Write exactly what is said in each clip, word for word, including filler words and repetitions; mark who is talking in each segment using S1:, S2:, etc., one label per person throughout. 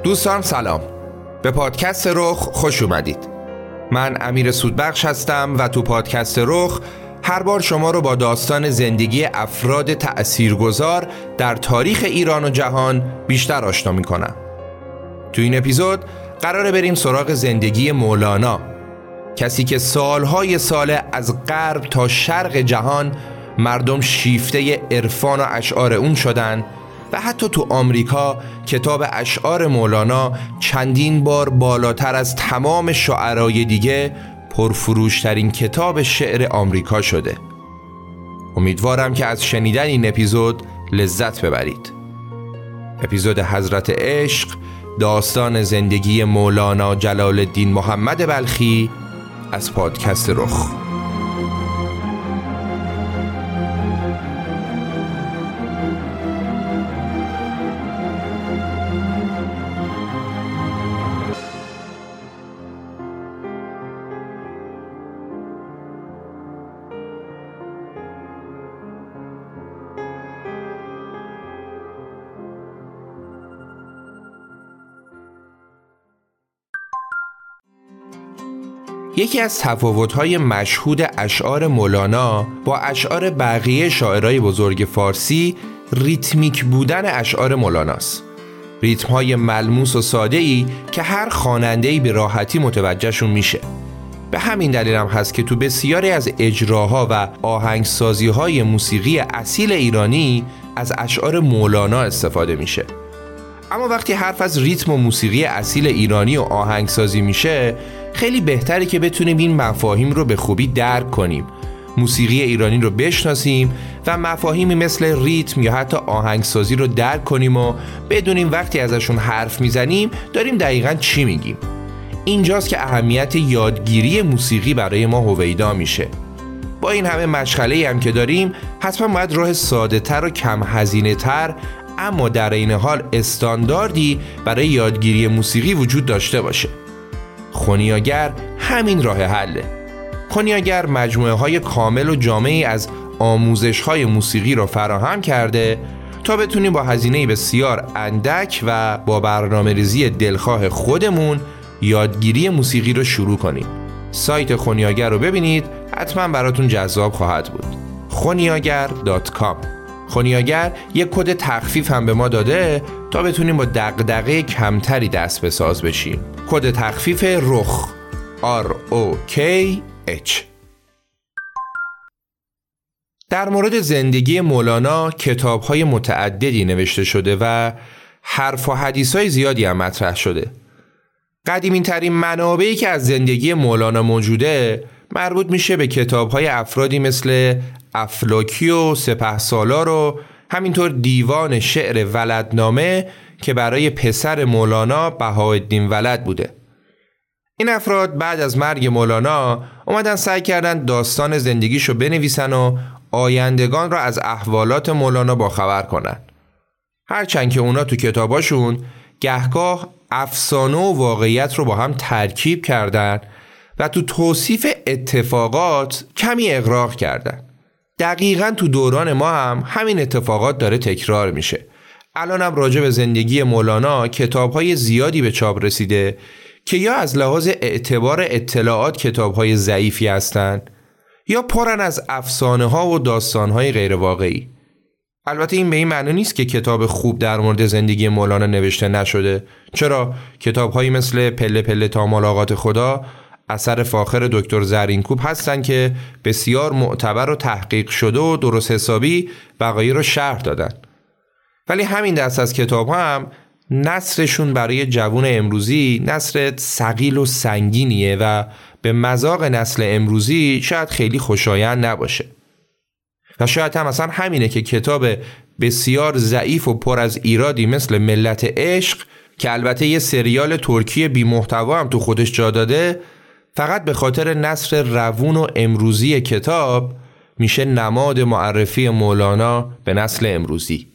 S1: دوستان سلام، به پادکست رخ خوش اومدید. من امیر سودبخش هستم و تو پادکست رخ هر بار شما رو با داستان زندگی افراد تأثیرگذار در تاریخ ایران و جهان بیشتر آشنا میکنم. تو این اپیزود قراره بریم سراغ زندگی مولانا، کسی که سالهای سال از غرب تا شرق جهان مردم شیفته عرفان و اشعار اون شدن و حتی تو آمریکا کتاب اشعار مولانا چندین بار بالاتر از تمام شاعرای دیگه پرفروشترین کتاب شعر آمریکا شده. امیدوارم که از شنیدن این اپیزود لذت ببرید. اپیزود حضرت عشق، داستان زندگی مولانا جلال الدین محمد بلخی از پادکست رخ. یکی از تفاوت‌های مشهود اشعار مولانا با اشعار بقیه شاعرای بزرگ فارسی ریتمیک بودن اشعار مولاناست. ریتم‌های ملموس و ساده‌ای که هر خواننده‌ای به راحتی متوجهشون میشه. به همین دلیل هم هست که تو بسیاری از اجراها و آهنگسازی‌های موسیقی اصیل ایرانی از اشعار مولانا استفاده میشه. اما وقتی حرف از ریتم و موسیقی اصیل ایرانی و آهنگسازی میشه، خیلی بهتره که بتونیم این مفاهیم رو به خوبی درک کنیم، موسیقی ایرانی رو بشناسیم و مفاهیمی مثل ریتم یا حتی آهنگسازی رو درک کنیم و بدونیم وقتی ازشون حرف میزنیم داریم دقیقاً چی میگیم. اینجاست که اهمیت یادگیری موسیقی برای ما هویدا میشه. با این همه مشغله‌ای هم که داریم، حتما باید راه ساده‌تر و کم هزینه‌تر اما در این حال استانداردی برای یادگیری موسیقی وجود داشته باشه. خونیاگر همین راه حله. خونیاگر مجموعه های کامل و جامعی از آموزش های موسیقی رو فراهم کرده تا بتونیم با هزینه بسیار اندک و با برنامه‌ریزی دلخواه خودمون یادگیری موسیقی رو شروع کنیم. سایت خونیاگر رو ببینید، حتما براتون جذاب خواهد بود. خونیاگر دات کام. خونیاگر یک کد تخفیف هم به ما داده تا بتونیم با دغدغه کمتری دست به ساز بشیم. کد تخفیف رخ آر او کی اچ. در مورد زندگی مولانا کتاب‌های متعددی نوشته شده و حرف و حدیث‌های زیادی هم مطرح شده. قدیمی‌ترین منابعی که از زندگی مولانا موجوده مربوط میشه به کتاب‌های افرادی مثل افلاکی و سپهسالار و همینطور دیوان شعر ولدنامه که برای پسر مولانا بهاءالدین ولد بوده. این افراد بعد از مرگ مولانا اومدن سعی کردن داستان زندگیشو بنویسن و آیندگان را از احوالات مولانا باخبر کنن. هرچند که اونا تو کتاباشون گهگاه افسانه و واقعیت رو با هم ترکیب کردن و تو توصیف اتفاقات کمی اغراق کردن. دقیقاً تو دوران ما هم همین اتفاقات داره تکرار میشه. الان هم راجع به زندگی مولانا کتاب‌های زیادی به چاپ رسیده که یا از لحاظ اعتبار اطلاعات کتاب‌های ضعیفی هستند یا پرن از افسانه‌ها و داستان‌های غیر واقعی. البته این به این معنی نیست که کتاب خوب در مورد زندگی مولانا نوشته نشده. چرا کتاب‌هایی مثل پله پله تا ملاقات خدا اثر فاخر دکتر زرینکوب هستن که بسیار معتبر و تحقیق شده و درست حسابی وقایع رو شرح دادن. ولی همین دست از کتاب هم نثرشون برای جوان امروزی نثر ثقیل و سنگینیه و به مذاق نسل امروزی شاید خیلی خوشایند نباشه. و شاید هم اصلا همینه که کتاب بسیار ضعیف و پر از ایرادی مثل ملت عشق که البته یه سریال ترکی بی محتوا هم تو خودش جا داده، فقط به خاطر نثر روون و امروزی کتاب میشه نماد معرفی مولانا به نسل امروزی.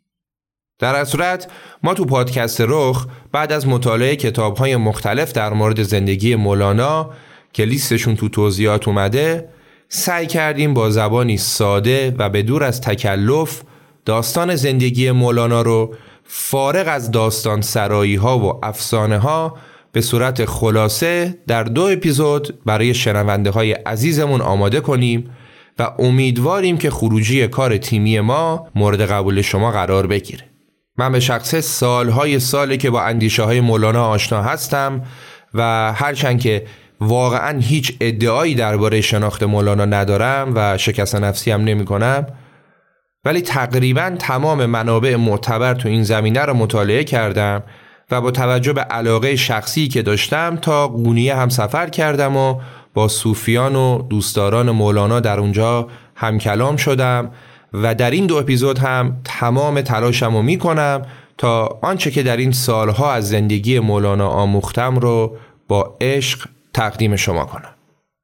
S1: در هر صورت ما تو پادکست رخ بعد از مطالعه کتاب‌های مختلف در مورد زندگی مولانا که لیستشون تو توضیحات اومده، سعی کردیم با زبانی ساده و به دور از تکلف داستان زندگی مولانا رو فارغ از داستان سرایی ها و افسانه ها به صورت خلاصه در دو اپیزود برای شنونده های عزیزمون آماده کنیم و امیدواریم که خروجی کار تیمی ما مورد قبول شما قرار بگیره. من به شخصه سالهای ساله که با اندیشه های مولانا آشنا هستم و هرچند که واقعا هیچ ادعایی درباره شناخت مولانا ندارم و شکست نفسی هم نمی کنم، ولی تقریبا تمام منابع معتبر تو این زمینه رو مطالعه کردم و با توجه به علاقه شخصی که داشتم تا قونیه هم سفر کردم و با صوفیان و دوستداران مولانا در اونجا هم کلام شدم و در این دو اپیزود هم تمام تلاشم رو می کنم تا آنچه که در این سالها از زندگی مولانا آموختم رو با عشق تقدیم شما کنم.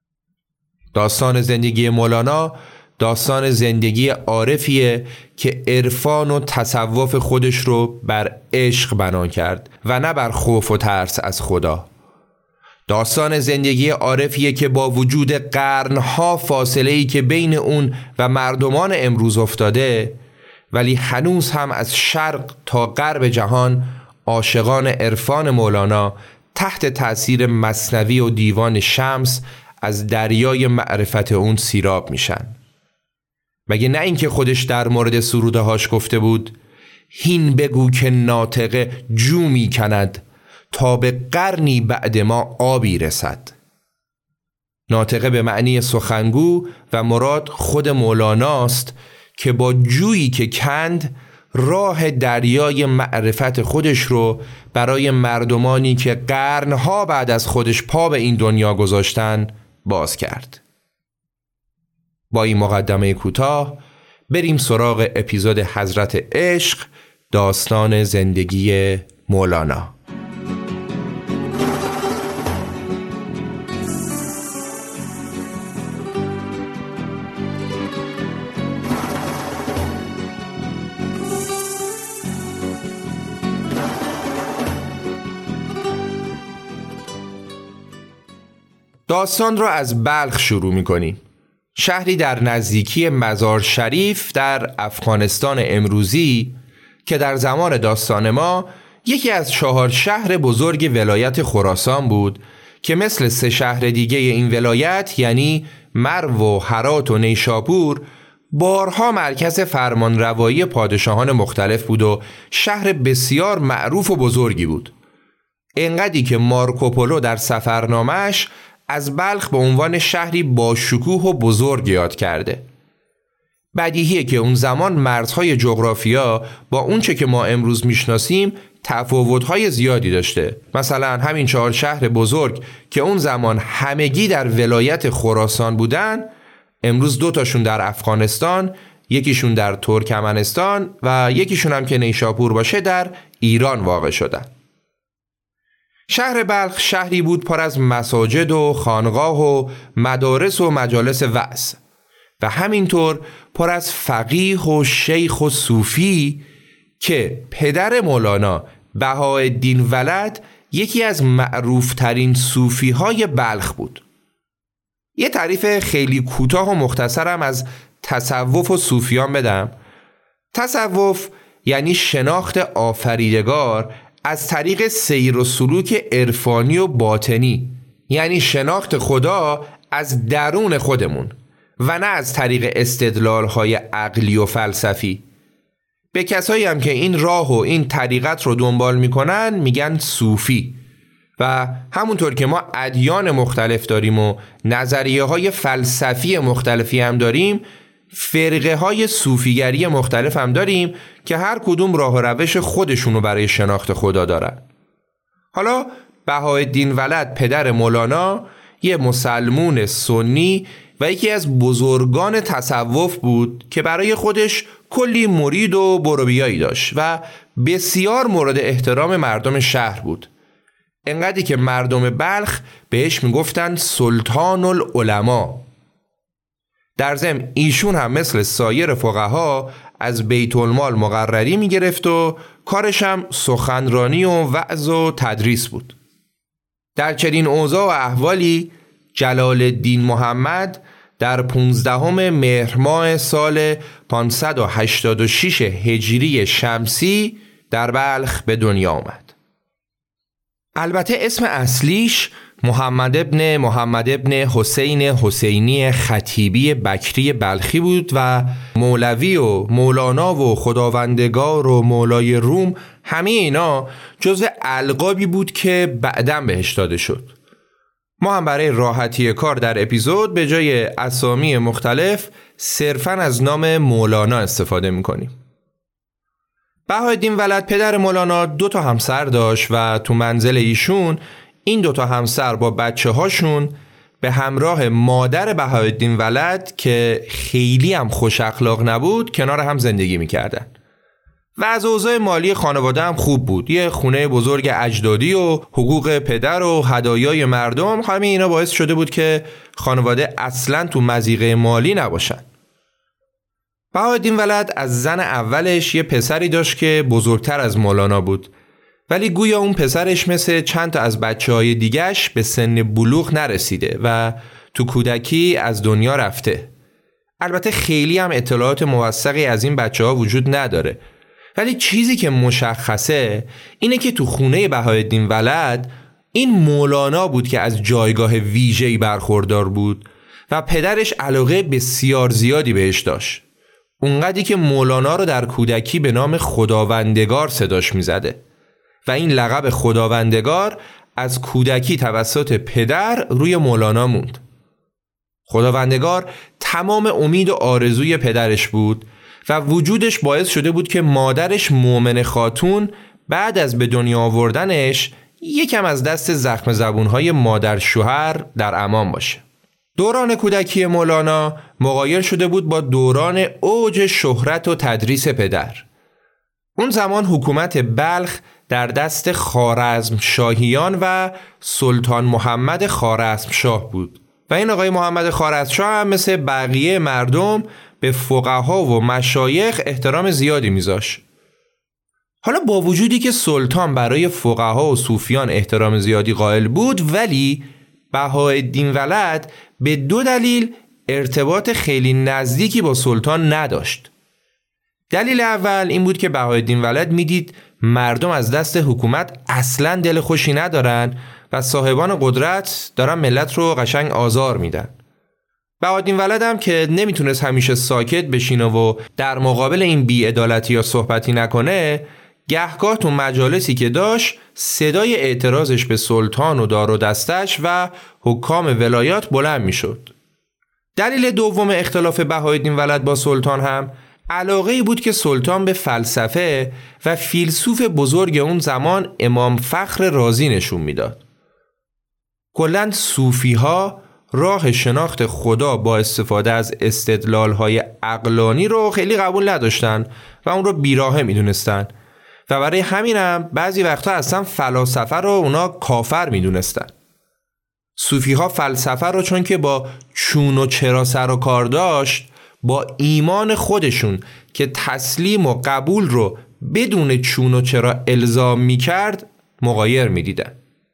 S1: داستان زندگی مولانا داستان زندگی عارفیه که عرفان و تصوف خودش رو بر عشق بنا کرد و نه بر خوف و ترس از خدا. داستان زندگی عارفیه که با وجود قرنها فاصله‌ای که بین اون و مردمان امروز افتاده، ولی هنوز هم از شرق تا غرب جهان عاشقان عرفان مولانا تحت تأثیر مثنوی و دیوان شمس از دریای معرفت اون سیراب میشن. مگه نه اینکه خودش در مورد سروده هاش گفته بود هین بگو که ناطقه جو می کند تا به قرنی بعد ما آبی رسد. ناطقه به معنی سخنگو و مراد خود مولاناست که با جویی که کند راه دریای معرفت خودش رو برای مردمانی که قرنها بعد از خودش پا به این دنیا گذاشتن باز کرد. با این مقدمه کوتاه بریم سراغ اپیزود حضرت عشق، داستان زندگی مولانا. داستان را از بلخ شروع می‌کنیم. شهری در نزدیکی مزار شریف در افغانستان امروزی که در زمان داستان ما یکی از چهار شهر بزرگ ولایت خراسان بود که مثل سه شهر دیگه این ولایت یعنی مرو و هرات و نیشابور بارها مرکز فرمانروایی پادشاهان مختلف بود و شهر بسیار معروف و بزرگی بود. اینقدری که مارکوپولو در سفرنامه‌اش از بلخ به عنوان شهری با شکوه و بزرگ یاد کرده. بدیهیه که اون زمان مرزهای جغرافیا با اونچه که ما امروز میشناسیم تفاوت‌های زیادی داشته. مثلا همین چهار شهر بزرگ که اون زمان همگی در ولایت خراسان بودن، امروز دو تاشون در افغانستان، یکیشون در ترکمنستان و یکیشون هم که نیشاپور باشه در ایران واقع شدن. شهر بلخ شهری بود پر از مساجد و خانقاه و مدارس و مجالس وعظ و همینطور پر از فقیه و شیخ و صوفی که پدر مولانا بهاءالدین ولد یکی از معروفترین صوفی های بلخ بود. یه تعریف خیلی کوتاه و مختصرم از تصوف و صوفیان بدم. تصوف یعنی شناخت آفریدگار از طریق سیر و سلوک عرفانی و باطنی، یعنی شناخت خدا از درون خودمون و نه از طریق استدلال‌های عقلی و فلسفی. به کسایی هم که این راه و این طریقت رو دنبال میکنن میگن صوفی و همونطور که ما ادیان مختلف داریم و نظریه های فلسفی مختلفی هم داریم، فرقه های صوفیگری مختلف هم داریم که هر کدوم راه و روش خودشونو برای شناخت خدا دارن. حالا بهاءالدین ولد پدر مولانا یه مسلمون سنی و یکی از بزرگان تصوف بود که برای خودش کلی مرید و بروبیایی داشت و بسیار مورد احترام مردم شهر بود. انقدری که مردم بلخ بهش میگفتن سلطان العلماء. در ضمن ایشون هم مثل سایر فقها از بیت المال مقرری میگرفت و کارش هم سخنرانی و وعظ و تدریس بود. در چنین اوضاع و احوالی جلال الدین محمد در پانزدهم مهر ماه سال پانصد و هشتاد و شش هجری شمسی در بلخ به دنیا آمد. البته اسم اصلیش محمد ابن محمد ابن حسین حسینی خطیبی بکری بلخی بود و مولوی و مولانا و خداوندگار و مولای روم همه اینا جزو القابی بود که بعداً بهش داده شد. ما هم برای راحتی کار در اپیزود به جای اسامی مختلف صرفاً از نام مولانا استفاده میکنیم. بهاءالدین ولد پدر مولانا دو تا همسر داشت و تو منزل ایشون این دو تا همسر با بچه هاشون به همراه مادر بهاءالدین ولد که خیلی هم خوش اخلاق نبود کنار هم زندگی میکردن و از اوضاع مالی خانواده هم خوب بود. یه خونه بزرگ اجدادی و حقوق پدر و هدایای مردم، همه اینا باعث شده بود که خانواده اصلاً تو مضیقه مالی نباشن. بهاءالدین ولد از زن اولش یه پسری داشت که بزرگتر از مولانا بود، ولی گویا اون پسرش مثل چند تا از بچه‌های دیگه‌اش به سن بلوغ نرسیده و تو کودکی از دنیا رفته. البته خیلی هم اطلاعات موثقی از این بچه‌ها وجود نداره، ولی چیزی که مشخصه اینه که تو خونه بهاءالدین ولد این مولانا بود که از جایگاه ویژه‌ای برخوردار بود و پدرش علاقه بسیار زیادی بهش داشت. اونقدری که مولانا رو در کودکی به نام خداوندگار صداش میزده و این لقب خداوندگار از کودکی توسط پدر روی مولانا موند. خداوندگار تمام امید و آرزوی پدرش بود و وجودش باعث شده بود که مادرش مومن خاتون بعد از به دنیا آوردنش یکم از دست زخم زبونهای مادر شوهر در امان باشه. دوران کودکی مولانا مغایر شده بود با دوران اوج شهرت و تدریس پدر. اون زمان حکومت بلخ در دست خوارزمشاهیان و سلطان محمد خوارزمشاه بود و این آقای محمد خوارزمشاه هم مثل بقیه مردم به فقها و مشایخ احترام زیادی میذاشت. حالا با وجودی که سلطان برای فقها و صوفیان احترام زیادی قائل بود، ولی بهاءالدین ولد به دو دلیل ارتباط خیلی نزدیکی با سلطان نداشت. دلیل اول این بود که بهاءالدین ولد میدید مردم از دست حکومت اصلاً دل خوشی ندارن و صاحبان قدرت دارن ملت رو قشنگ آزار میدن. بهاءالدین ولد هم که نمیتونست همیشه ساکت بشینه و در مقابل این بی‌عدالتی یا صحبتی نکنه، گهگاه تو مجالسی که داشت صدای اعتراضش به سلطان و دار و دستش و حکام ولایات بلند میشد. دلیل دوم اختلاف بهاءالدین ولد با سلطان هم علاقه‌ای بود که سلطان به فلسفه و فیلسوف بزرگ اون زمان امام فخر رازی نشون میداد. کلاً صوفی‌ها راه شناخت خدا با استفاده از استدلال‌های عقلانی رو خیلی قبول نداشتن و اون رو بیراهه میدونستن و برای همینم بعضی وقتا اصلا فلاسفه رو اونا کافر میدونستن. صوفی‌ها فلسفه رو چون که با چون و چرا سر و کار داشت، با ایمان خودشون که تسلیم و قبول رو بدون چون و چرا الزام میکرد مغایر میدیدن.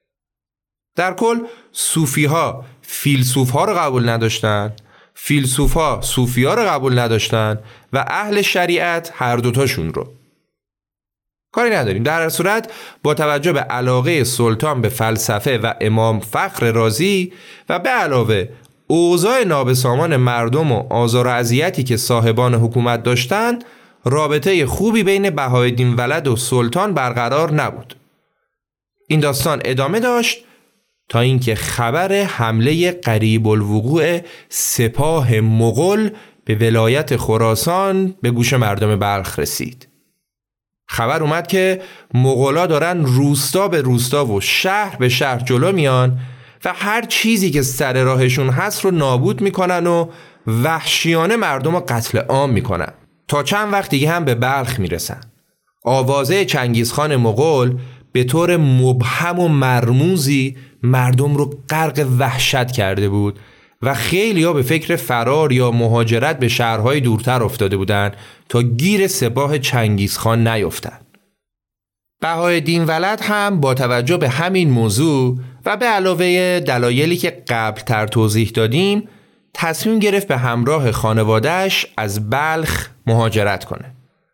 S1: در کل صوفی‌ها فیلسوف‌ها رو قبول نداشتن، فیلسوف‌ها صوفی‌ها رو قبول نداشتن و اهل شریعت هر دوتاشون رو. کاری نداریم. در هر صورت با توجه به علاقه سلطان به فلسفه و امام فخر رازی و به علاوه اوضاع نابسامان مردم و آزار و اذیتی که صاحبان حکومت داشتند، رابطه خوبی بین بهاءالدین ولد و سلطان برقرار نبود. این داستان ادامه داشت تا اینکه خبر حمله قریب الوقوع سپاه مغول به ولایت خراسان به گوش مردم بلخ رسید. خبر اومد که مغولا دارن روستا به روستا و شهر به شهر جلو میان و هر چیزی که سر راهشون هست رو نابود میکنن و وحشیانه مردم رو قتل عام میکنن تا چند وقت دیگه هم به بلخ میرسن. آوازه چنگیزخان مغول به طور مبهم و مرموزی مردم رو غرق وحشت کرده بود و خیلی ها به فکر فرار یا مهاجرت به شهرهای دورتر افتاده بودن تا گیر سپاه چنگیزخان نیفتن. بهاءالدین ولد هم با توجه به همین موضوع و به علاوه دلایلی که قبل تر توضیح دادیم تصمیم گرفت به همراه خانواده‌اش از بلخ مهاجرت کنه.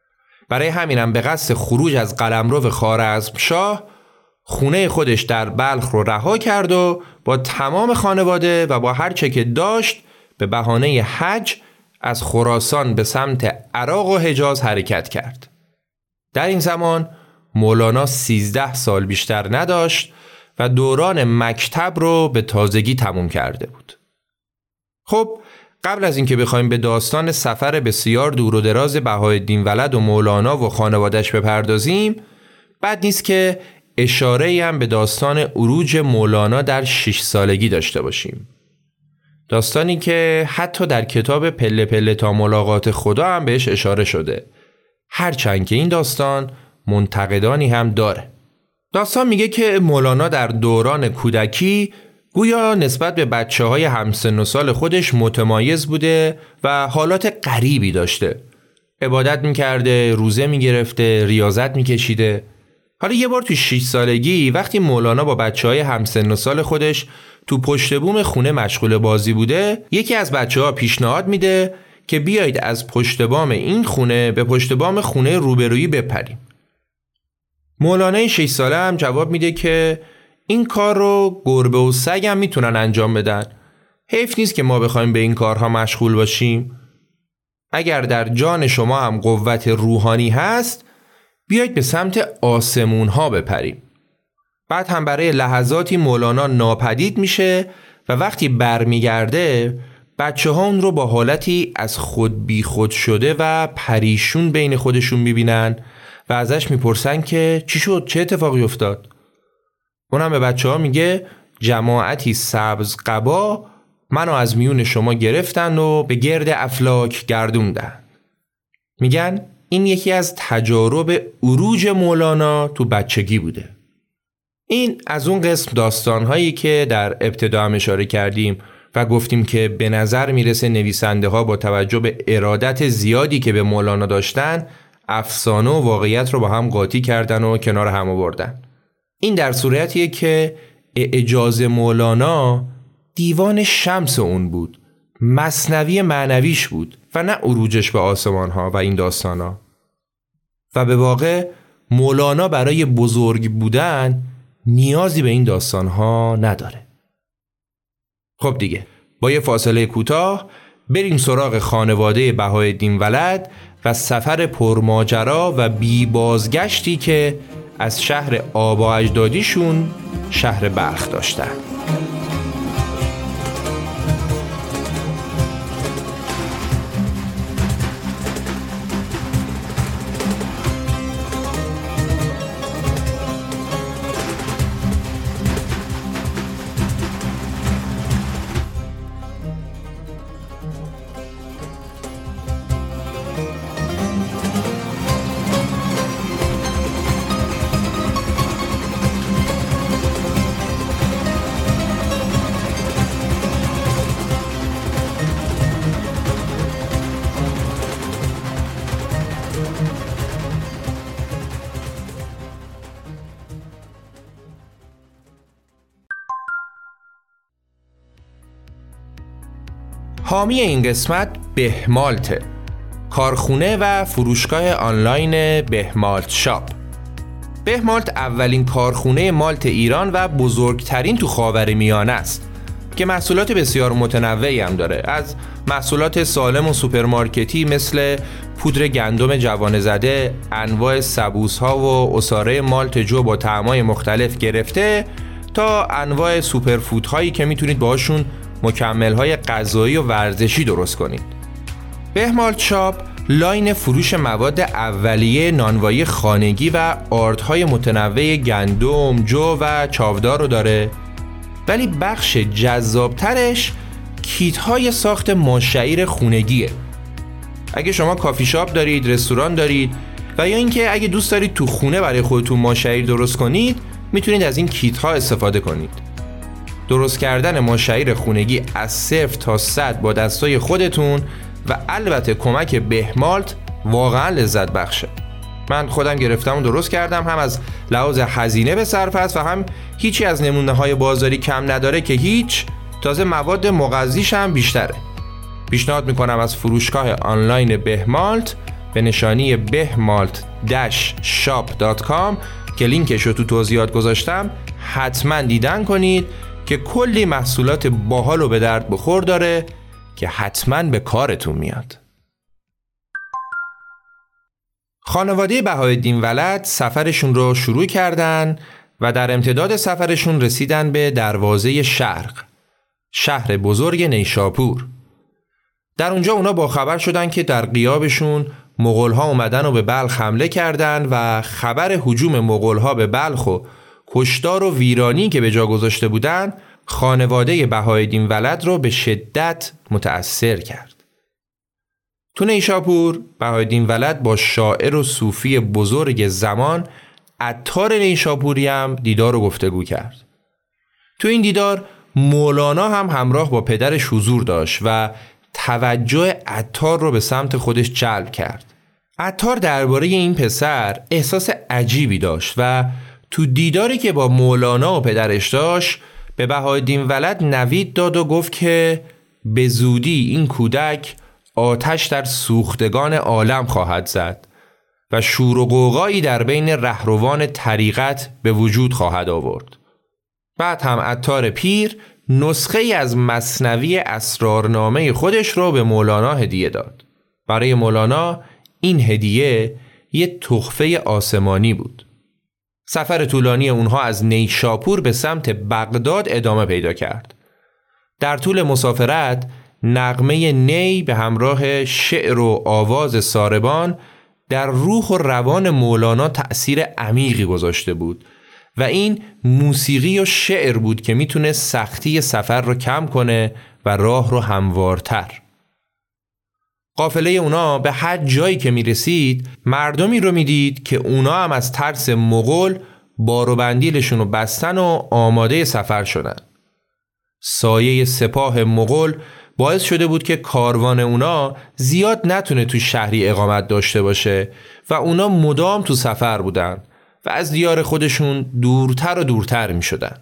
S1: برای همینم به قصد خروج از قلمرو خوارزمشاه خونه خودش در بلخ رو رها کرد و با تمام خانواده و با هر چه که داشت به بهانه حج از خراسان به سمت عراق و حجاز حرکت کرد. در این زمان مولانا سیزده سال بیشتر نداشت و دوران مکتب رو به تازگی تموم کرده بود. خب قبل از اینکه بخوایم به داستان سفر بسیار دور و دراز بهاءالدین ولد و مولانا و خانواده‌اش بپردازیم، بد نیست که اشاره‌ای هم به داستان عروج مولانا در شش سالگی داشته باشیم. داستانی که حتی در کتاب پله پله تا ملاقات خدا هم بهش اشاره شده، هرچند که این داستان منتقدانی هم داره. داستان میگه که مولانا در دوران کودکی گویا نسبت به بچه های همسن و سال خودش متمایز بوده و حالات غریبی داشته. عبادت میکرده، روزه میگرفته، ریاضت میکشیده. حالا یه بار تو شش سالگی وقتی مولانا با بچه های همسن و سال خودش تو پشت بوم خونه مشغول بازی بوده، یکی از بچه ها پیشنهاد میده که بیایید از پشت بام این خونه به پشت بام خونه روبرویی بپریم. مولانا شش ساله هم جواب میده که این کار رو گربه و سگ هم میتونن انجام بدن. حیف نیست که ما بخوایم به این کارها مشغول باشیم. اگر در جان شما هم قوت روحانی هست، بیایید به سمت آسمون ها بپریم. بعد هم برای لحظاتی مولانا ناپدید میشه و وقتی برمیگرده بچه ها اون رو با حالتی از خود بی خود شده و پریشون بین خودشون میبینن و ازش میپرسن که چی شد؟ چه اتفاقی افتاد؟ اونم به بچه ها میگه جماعتی سبز قبا منو از میون شما گرفتن و به گرد افلاک گردوندن. میگن این یکی از تجارب عروج مولانا تو بچگی بوده. این از اون قسم داستانهایی که در ابتدا هم اشاره کردیم و گفتیم که به نظر میرسه نویسنده ها با توجه به ارادت زیادی که به مولانا داشتن افسانه و واقعیت رو با هم قاطی کردن و کنار هم آوردن. این در صورتیه که اعجاز مولانا دیوان شمس اون بود، مثنوی معنویش بود و نه عروجش به آسمان ها و این داستان ها. و به واقع مولانا برای بزرگ بودن نیازی به این داستان ها نداره. خب دیگه با یه فاصله کوتاه بریم سراغ خانواده بهاءالدین ولد و سفر پرماجرا و بی بازگشتی که از شهر آبا اجدادیشون شهر بلخ داشتن. حامی این قسمت بهمالته، کارخونه و فروشگاه آنلاین بهمالت شاپ. بهمالت اولین کارخونه مالت ایران و بزرگترین تو خاورمیانه است که محصولات بسیار متنوعی هم داره، از محصولات سالم و سوپرمارکتی مثل پودر گندم جوانه زده، انواع سبوس‌ها و عصاره مالت جو با طعم‌های مختلف گرفته تا انواع سوپرفودهایی که میتونید باهاشون مکمل‌های غذایی و ورزشی درست کنید. بهمالت شاپ لاین فروش مواد اولیه نانوایی خانگی و آردهای متنوع گندم، جو و چاودار رو داره، ولی بخش جذابترش کیت‌های ساخت ماشعیر خونگیه. اگه شما کافی شاپ دارید، رستوران دارید و یا اینکه اگه دوست دارید تو خونه برای خودتون ماشعیر درست کنید، میتونید از این کیت‌ها استفاده کنید. درست کردن ماشعیر خونگی از صفر تا صد با دستای خودتون و البته کمک بهمالت واقعا لذت بخشه. من خودم گرفتم و درست کردم، هم از لحاظ هزینه به صرف است و هم هیچی از نمونه های بازاری کم نداره که هیچ، تازه مواد مغذیش هم بیشتره. پیشنهاد میکنم از فروشگاه آنلاین بهمالت به نشانی بهمالت شاپ دات کام که لینکش رو تو توضیحات گذاشتم حتما دیدن کنید که کلی محصولات باحال و به درد بخور داره که حتما به کارتون میاد. خانواده بهاءالدین ولد سفرشون رو شروع کردن و در امتداد سفرشون رسیدن به دروازه شرق، شهر بزرگ نیشاپور. در اونجا اونا با خبر شدن که در غیابشون مغول‌ها اومدن و به بلخ حمله کردن و خبر هجوم مغول‌ها به بلخ و کشتار و ویرانی که به جا گذاشته بودن خانواده بهاءالدین ولد رو به شدت متأثر کرد. تو نیشاپور بهاءالدین ولد با شاعر و صوفی بزرگ زمان عطار نیشاپوری هم دیدار و گفتگو کرد. تو این دیدار مولانا هم همراه با پدرش حضور داشت و توجه عطار رو به سمت خودش جلب کرد. عطار درباره این پسر احساس عجیبی داشت و تو دیداری که با مولانا و پدرش داشت به بهاءالدین ولد نوید داد و گفت که به زودی این کودک آتش در سوختگان عالم خواهد زد و شور و غوغایی در بین رهروان طریقت به وجود خواهد آورد. بعد هم عطار پیر نسخه ای از مثنوی اسرارنامه خودش رو به مولانا هدیه داد. برای مولانا این هدیه یه تحفه آسمانی بود. سفر طولانی اونها از نیشاپور به سمت بغداد ادامه پیدا کرد. در طول مسافرت نغمه نی به همراه شعر و آواز ساربان در روح و روان مولانا تأثیر عمیقی گذاشته بود و این موسیقی و شعر بود که میتونه سختی سفر رو کم کنه و راه رو هموارتر. قافله اونا به هر جایی که میرسید مردمی رو میدید که اونا هم از ترس مغول بار و بندیلشون رو بستن و آماده سفر شدن. سایه سپاه مغول باعث شده بود که کاروان اونا زیاد نتونه تو شهری اقامت داشته باشه و اونا مدام تو سفر بودن و از دیار خودشون دورتر و دورتر می شدن.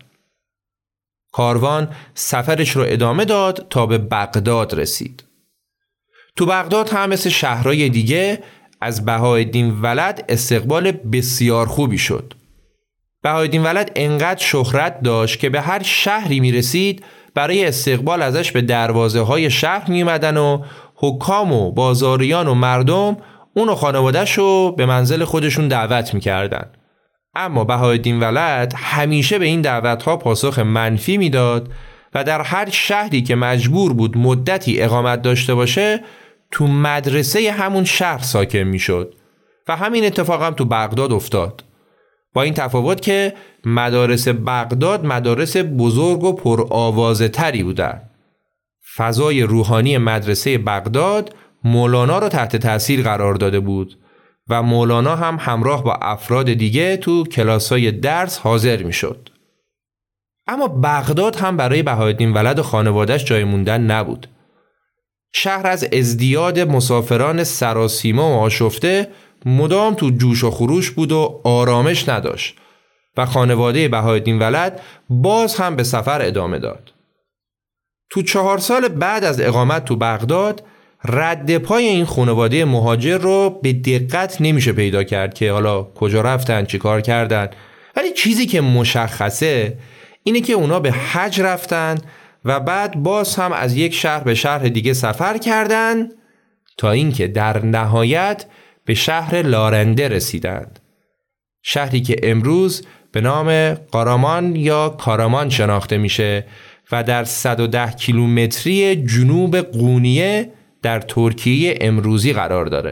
S1: کاروان سفرش رو ادامه داد تا به بغداد رسید. تو بغداد هم مثل شهرهای دیگه از بهاءالدین ولد استقبال بسیار خوبی شد. بهاءالدین ولد انقدر شهرت داشت که به هر شهری می رسید برای استقبال ازش به دروازه های شهر می اومدن و حکام و بازاریان و مردم اون و خانواده‌ش رو به منزل خودشون دعوت می کردن. اما بهاءالدین ولد همیشه به این دعوت‌ها پاسخ منفی میداد و در هر شهری که مجبور بود مدتی اقامت داشته باشه تو مدرسه همون شهر ساکن میشد و همین اتفاق هم تو بغداد افتاد. با این تفاوت که مدارس بغداد مدارس بزرگ و پرآوازه تری بودن. فضای روحانی مدرسه بغداد مولانا رو تحت تأثیر قرار داده بود و مولانا هم همراه با افراد دیگه تو کلاسای درس حاضر می شد. اما بغداد هم برای بهاءالدین ولد و خانواده‌اش جای موندن نبود. شهر از ازدیاد مسافران سراسیمه و آشفته مدام تو جوش و خروش بود و آرامش نداشت و خانواده بهاءالدین ولد باز هم به سفر ادامه داد. تو چهار سال بعد از اقامت تو بغداد رد پای این خانواده مهاجر رو به دقت نمیشه پیدا کرد که حالا کجا رفتن، چی کار کردن، ولی چیزی که مشخصه اینه که اونا به حج رفتن و بعد باز هم از یک شهر به شهر دیگه سفر کردن تا اینکه در نهایت به شهر لارنده رسیدند. شهری که امروز به نام قارامان یا کارامان شناخته میشه و در صد و ده کیلومتری جنوب قونیه در ترکیه امروزی قرار داره.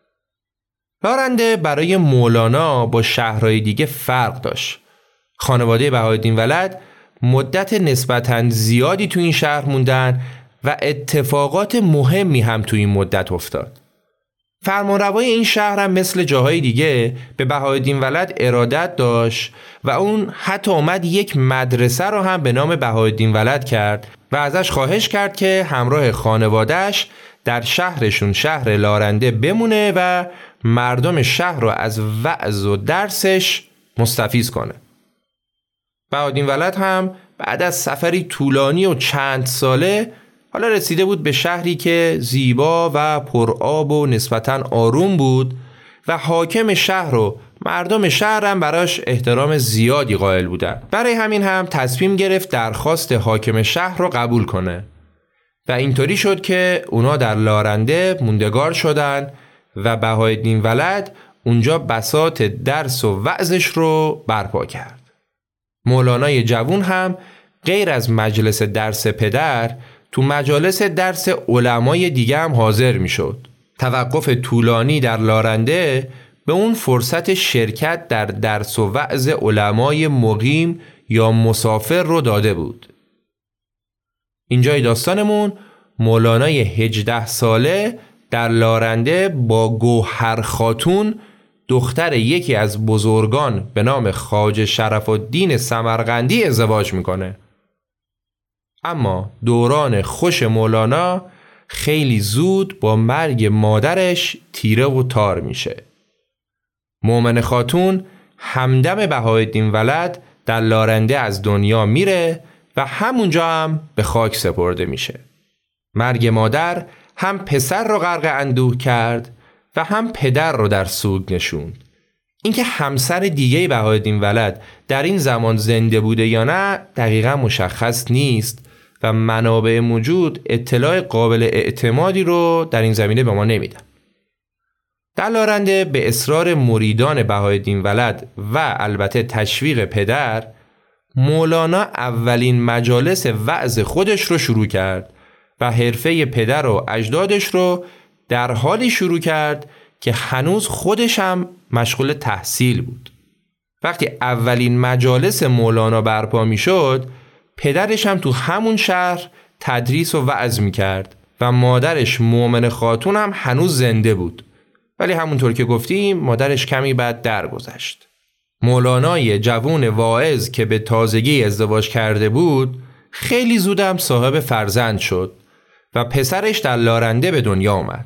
S1: لارنده برای مولانا با شهرهای دیگه فرق داشت. خانواده بهاءالدین ولد مدت نسبتاً زیادی تو این شهر موندن و اتفاقات مهمی هم تو این مدت افتاد. فرمانروای این شهر هم مثل جاهای دیگه به بهاءالدین ولد ارادت داشت و اون حتی اومد یک مدرسه رو هم به نام بهاءالدین ولد کرد و ازش خواهش کرد که همراه خانواده‌اش در شهرشون شهر لارنده بمونه و مردم شهر رو از وعظ و درسش مستفیض کنه. بهاءالدین ولد هم بعد از سفری طولانی و چند ساله حالا رسیده بود به شهری که زیبا و پرآب و نسبتاً آروم بود و حاکم شهر و مردم شهر هم براش احترام زیادی قائل بودن. برای همین هم تصمیم گرفت درخواست حاکم شهر رو قبول کنه و اینطوری شد که اونا در لارنده موندگار شدن و بهاءالدین ولد اونجا بساط درس و وعظش رو برپا کرد. مولانای جوون هم غیر از مجلس درس پدر تو مجالس درس علمای دیگه هم حاضر می شد. توقف طولانی در لارنده به اون فرصت شرکت در درس و وعظ علمای مقیم یا مسافر رو داده بود. اینجای داستانمون مولانای هجده ساله در لارنده با گوهر خاتون دختر یکی از بزرگان به نام خواجه شرف الدین سمرقندی ازدواج میکنه. اما دوران خوش مولانا خیلی زود با مرگ مادرش تیره و تار میشه. مومن خاتون همدم بهاءالدین ولد در لارنده از دنیا میره و همونجا هم به خاک سپرده میشه. مرگ مادر هم پسر رو غرق اندوه کرد و هم پدر رو در سوگ نشوند. اینکه همسر دیگه بهاءالدین ولد در این زمان زنده بوده یا نه دقیقا مشخص نیست و منابع موجود اطلاع قابل اعتمادی رو در این زمینه به ما نمیدن. در لارنده به اصرار مریدان بهاءالدین ولد و البته تشویق پدر، مولانا اولین مجالس وعظ خودش رو شروع کرد و حرفه پدر و اجدادش رو در حالی شروع کرد که هنوز خودش هم مشغول تحصیل بود. وقتی اولین مجالس مولانا برپا می شد، پدرش هم تو همون شهر تدریس و وعظ می کرد و مادرش مومن خاتون هم هنوز زنده بود. ولی همونطور که گفتیم مادرش کمی بعد درگذشت. مولانای جوون واعظ که به تازگی ازدواج کرده بود خیلی زودم صاحب فرزند شد و پسرش در لارنده به دنیا آمد.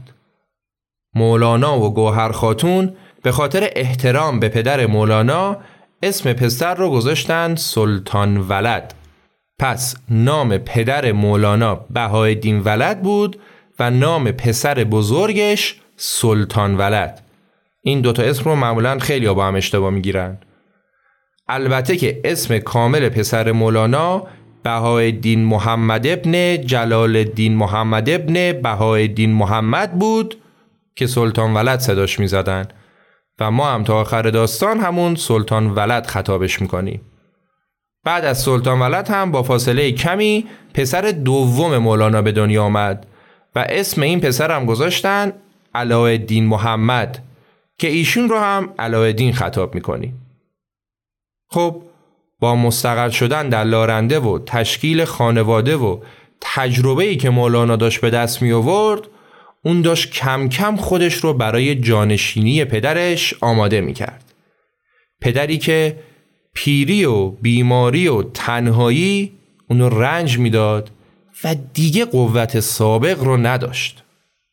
S1: مولانا و گوهر خاتون به خاطر احترام به پدر مولانا اسم پسر رو گذاشتن سلطان ولد. پس نام پدر مولانا بهاءالدین ولد بود و نام پسر بزرگش سلطان ولد. این دوتا اسم رو معمولاً خیلی با هم اشتباه میگیرن. البته که اسم کامل پسر مولانا بهاءالدین محمد ابن جلال الدین محمد ابن بهاءالدین محمد بود که سلطان ولد صداش میزدن و ما هم تا آخر داستان همون سلطان ولد خطابش میکنیم. بعد از سلطان ولد هم با فاصله کمی پسر دوم مولانا به دنیا آمد و اسم این پسر هم گذاشتن علاءالدین محمد که ایشون رو هم علاءالدین خطاب میکنیم. خب با مستقر شدن در لارنده و تشکیل خانواده و تجربه‌ای که مولانا داشت به دست می آورد، اون داشت کم کم خودش رو برای جانشینی پدرش آماده می کرد. پدری که پیری و بیماری و تنهایی اونو رنج می داد و دیگه قوت سابق رو نداشت.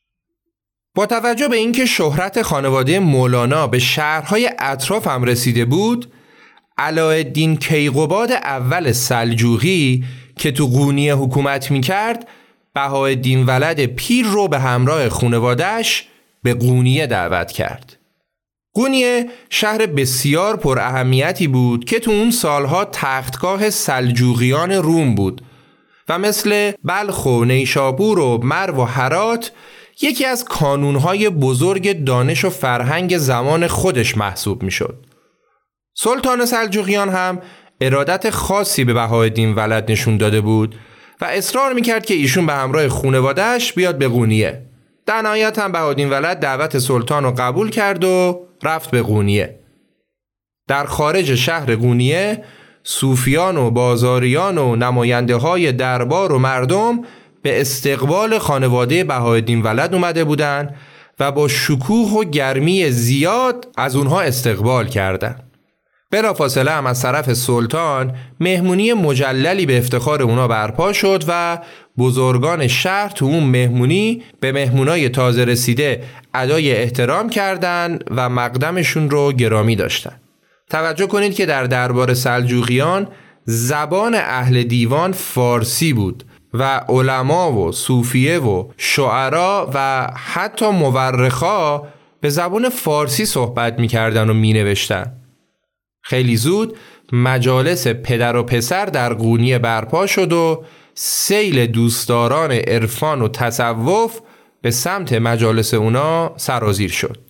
S1: با توجه به اینکه شهرت خانواده مولانا به شهرهای اطراف هم رسیده بود، علاءالدین کیقوباد اول سلجوقی که تو قونیه حکومت میکرد بهاءالدین ولد پیر رو به همراه خانواده‌اش به قونیه دعوت کرد. قونیه شهر بسیار پر اهمیتی بود که تو اون سالها تختگاه سلجوقیان روم بود و مثل بلخ و نیشابور و مرو و هرات یکی از کانونهای بزرگ دانش و فرهنگ زمان خودش محسوب میشد. سلطان سلجوقیان هم ارادت خاصی به بهاءالدین ولد نشون داده بود و اصرار میکرد که ایشون به همراه خانواده‌اش بیاد به قونیه. در نهایت هم بهاءالدین ولد دعوت سلطان رو قبول کرد و رفت به قونیه. در خارج شهر قونیه صوفیان و بازاریان و نماینده های دربار و مردم به استقبال خانواده بهاءالدین ولد اومده بودن و با شکوه و گرمی زیاد از اونها استقبال کردند. بلافاصله هم از طرف سلطان مهمونی مجللی به افتخار اونا برپا شد و بزرگان شهر تو اون مهمونی به مهمونای تازه رسیده ادای احترام کردند و مقدمشون رو گرامی داشتن. توجه کنید که در دربار سلجوقیان زبان اهل دیوان فارسی بود و علما و صوفیه و شعرا و حتی مورخا به زبان فارسی صحبت می‌کردن و می‌نوشتن. خیلی زود مجالس پدر و پسر در قونیه برپا شد و سیل دوستداران عرفان و تصوف به سمت مجالس اونا سرازیر شد.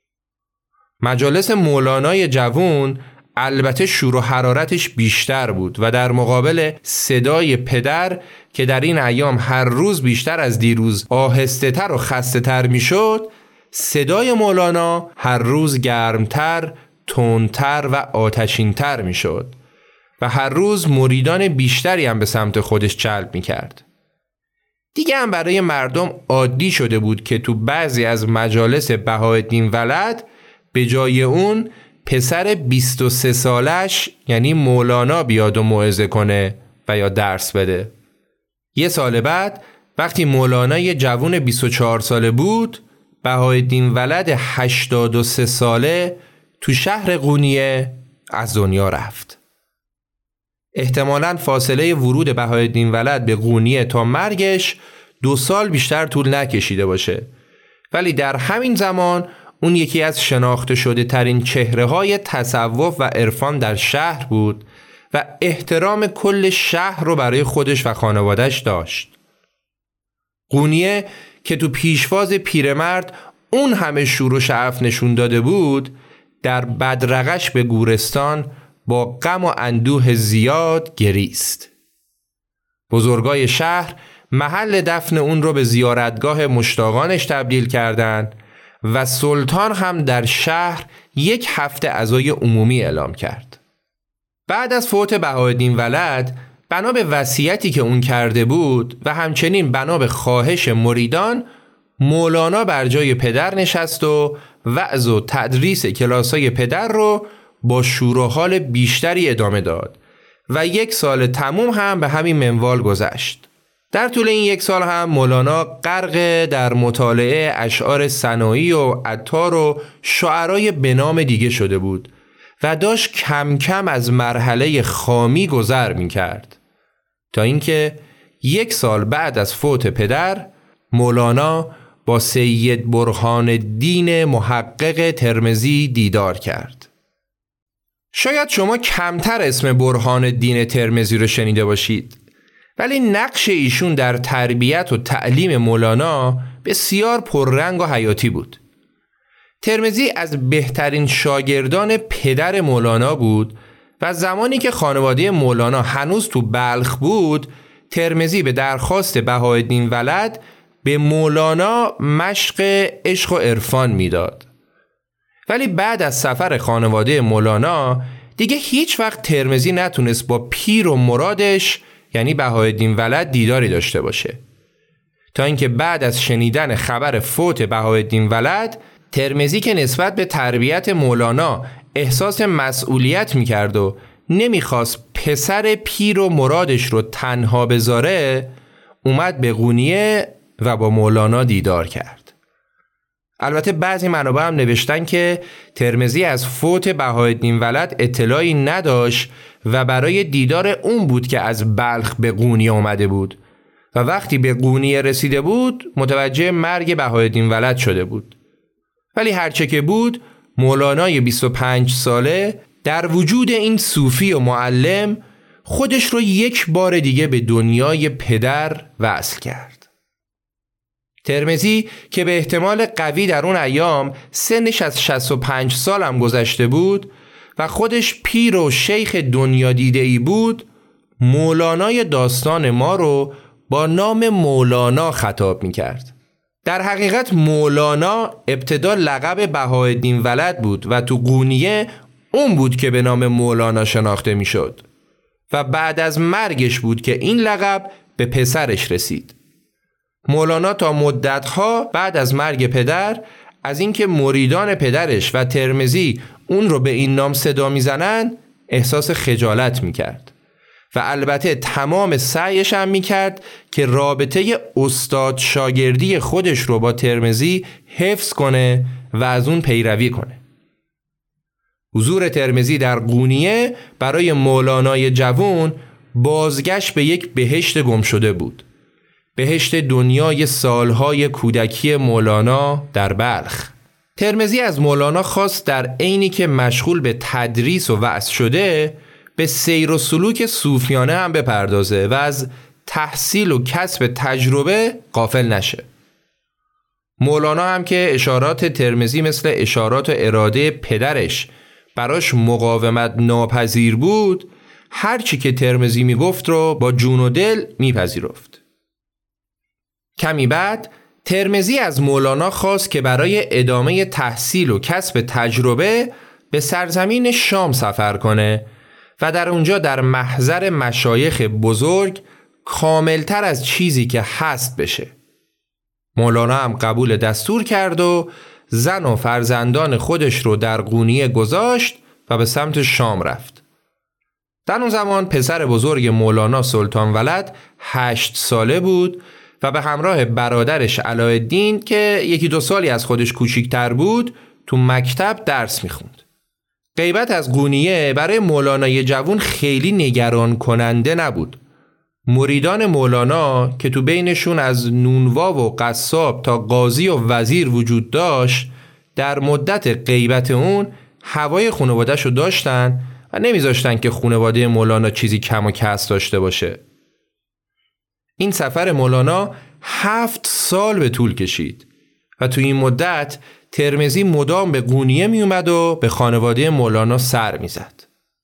S1: مجالس مولانای جوون البته شور و حرارتش بیشتر بود و در مقابل صدای پدر که در این ایام هر روز بیشتر از دیروز آهسته تر و خسته تر می شد، صدای مولانا هر روز گرمتر، تندتر و آتشینتر می شد و هر روز مریدان بیشتری هم به سمت خودش جلب می کرد. دیگه هم برای مردم عادی شده بود که تو بعضی از مجالس بهاءالدین ولد به جای اون پسر بیست و سه سالش یعنی مولانا بیاد و موعظه کنه و یا درس بده. یه سال بعد وقتی مولانا یه جوون بیست و چهار ساله بود، بهاءالدین ولد هشتاد و سه ساله تو شهر قونیه از دنیا رفت. احتمالاً فاصله ورود بهاءالدین ولد به قونیه تا مرگش دو سال بیشتر طول نکشیده باشه، ولی در همین زمان اون یکی از شناخته شده ترین چهره های تصوف و عرفان در شهر بود و احترام کل شهر رو برای خودش و خانوادش داشت. قونیه که تو پیشواز پیرمرد اون همه شور و شعف نشون داده بود، در بدرقش به گورستان با غم و اندوه زیاد گریست. بزرگای شهر محل دفن اون رو به زیارتگاه مشتاقانش تبدیل کردند و سلطان هم در شهر یک هفته عزای عمومی اعلام کرد. بعد از فوت بهاءالدین ولد بنا به وصیتی که اون کرده بود و همچنین بنا به خواهش مریدان، مولانا بر جای پدر نشست و وعظ و تدریس کلاسای پدر رو با شور و حال بیشتری ادامه داد و یک سال تموم هم به همین منوال گذشت. در طول این یک سال هم مولانا غرق در مطالعه اشعار سنایی و عطار و شعرای به نام دیگه شده بود و داشت کم کم از مرحله خامی گذر می کرد تا اینکه یک سال بعد از فوت پدر مولانا با سید برهان الدین محقق ترمذی دیدار کرد. شاید شما کمتر اسم برهان الدین ترمذی رو شنیده باشید، ولی نقش ایشون در تربیت و تعلیم مولانا بسیار پررنگ و حیاتی بود. ترمذی از بهترین شاگردان پدر مولانا بود و زمانی که خانواده مولانا هنوز تو بلخ بود، ترمذی به درخواست بهاءالدین ولد به مولانا مشق عشق و عرفان میداد. ولی بعد از سفر خانواده مولانا دیگه هیچ وقت ترمذی نتونست با پیر و مرادش یعنی بهاءالدین ولد دیداری داشته باشه، تا اینکه بعد از شنیدن خبر فوت بهاءالدین ولد، ترمذی که نسبت به تربیت مولانا احساس مسئولیت میکرد و نمیخواست پسر پیر و مرادش رو تنها بذاره، اومد به قونیه و با مولانا دیدار کرد. البته بعضی منابع هم نوشتن که ترمذی از فوت بهاءالدین ولد اطلاعی نداشت و برای دیدار اون بود که از بلخ به قونیه اومده بود و وقتی به قونیه رسیده بود متوجه مرگ بهاءالدین ولد شده بود. ولی هرچه که بود، مولانای بیست و پنج ساله در وجود این صوفی و معلم خودش رو یک بار دیگه به دنیای پدر وصل کرد. ترمذی که به احتمال قوی در اون ایام سنش از شصت و پنج سال هم گذشته بود و خودش پیر و شیخ دنیا دیده ای بود، مولانای داستان ما رو با نام مولانا خطاب می کرد. در حقیقت مولانا ابتدا لقب بهاءالدین ولد بود و تو قونیه اون بود که به نام مولانا شناخته می شد و بعد از مرگش بود که این لقب به پسرش رسید. مولانا تا مدتها بعد از مرگ پدر از اینکه مریدان پدرش و ترمذی اون رو به این نام صدا میزنن احساس خجالت میکرد و البته تمام سعیش هم میکرد که رابطه استاد شاگردی خودش رو با ترمذی حفظ کنه و از اون پیروی کنه. حضور ترمذی در قونیه برای مولانای جوان بازگشت به یک بهشت گم شده بود. بهشت دنیای سالهای کودکی مولانا در بلخ. ترمذی از مولانا خواست در عینی که مشغول به تدریس و وعظ شده به سیر و سلوک صوفیانه هم بپردازه و از تحصیل و کسب تجربه غافل نشه. مولانا هم که اشارات ترمذی مثل اشارات و اراده پدرش براش مقاومت ناپذیر بود، هرچی که ترمذی میگفت رو با جون و دل میپذیرفت. کمی بعد ترمذی از مولانا خواست که برای ادامه تحصیل و کسب تجربه به سرزمین شام سفر کنه و در اونجا در محضر مشایخ بزرگ کاملتر از چیزی که هست بشه. مولانا هم قبول دستور کرد و زن و فرزندان خودش رو در قونیه گذاشت و به سمت شام رفت. در اون زمان پسر بزرگ مولانا سلطان ولد هشت ساله بود و به همراه برادرش علاءالدین که یکی دو سالی از خودش کوچیکتر بود تو مکتب درس میخوند. غیبت از قونیه برای مولانای جوان خیلی نگران کننده نبود. مریدان مولانا که تو بینشون از نونوا و قصاب تا قاضی و وزیر وجود داشت در مدت غیبت اون هوای خانواده‌شو داشتن و نمیذاشتن که خانواده مولانا چیزی کم و کس داشته باشه. این سفر مولانا هفت سال به طول کشید و تو این مدت ترمذی مدام به قونیه می اومد و به خانواده مولانا سر می زد.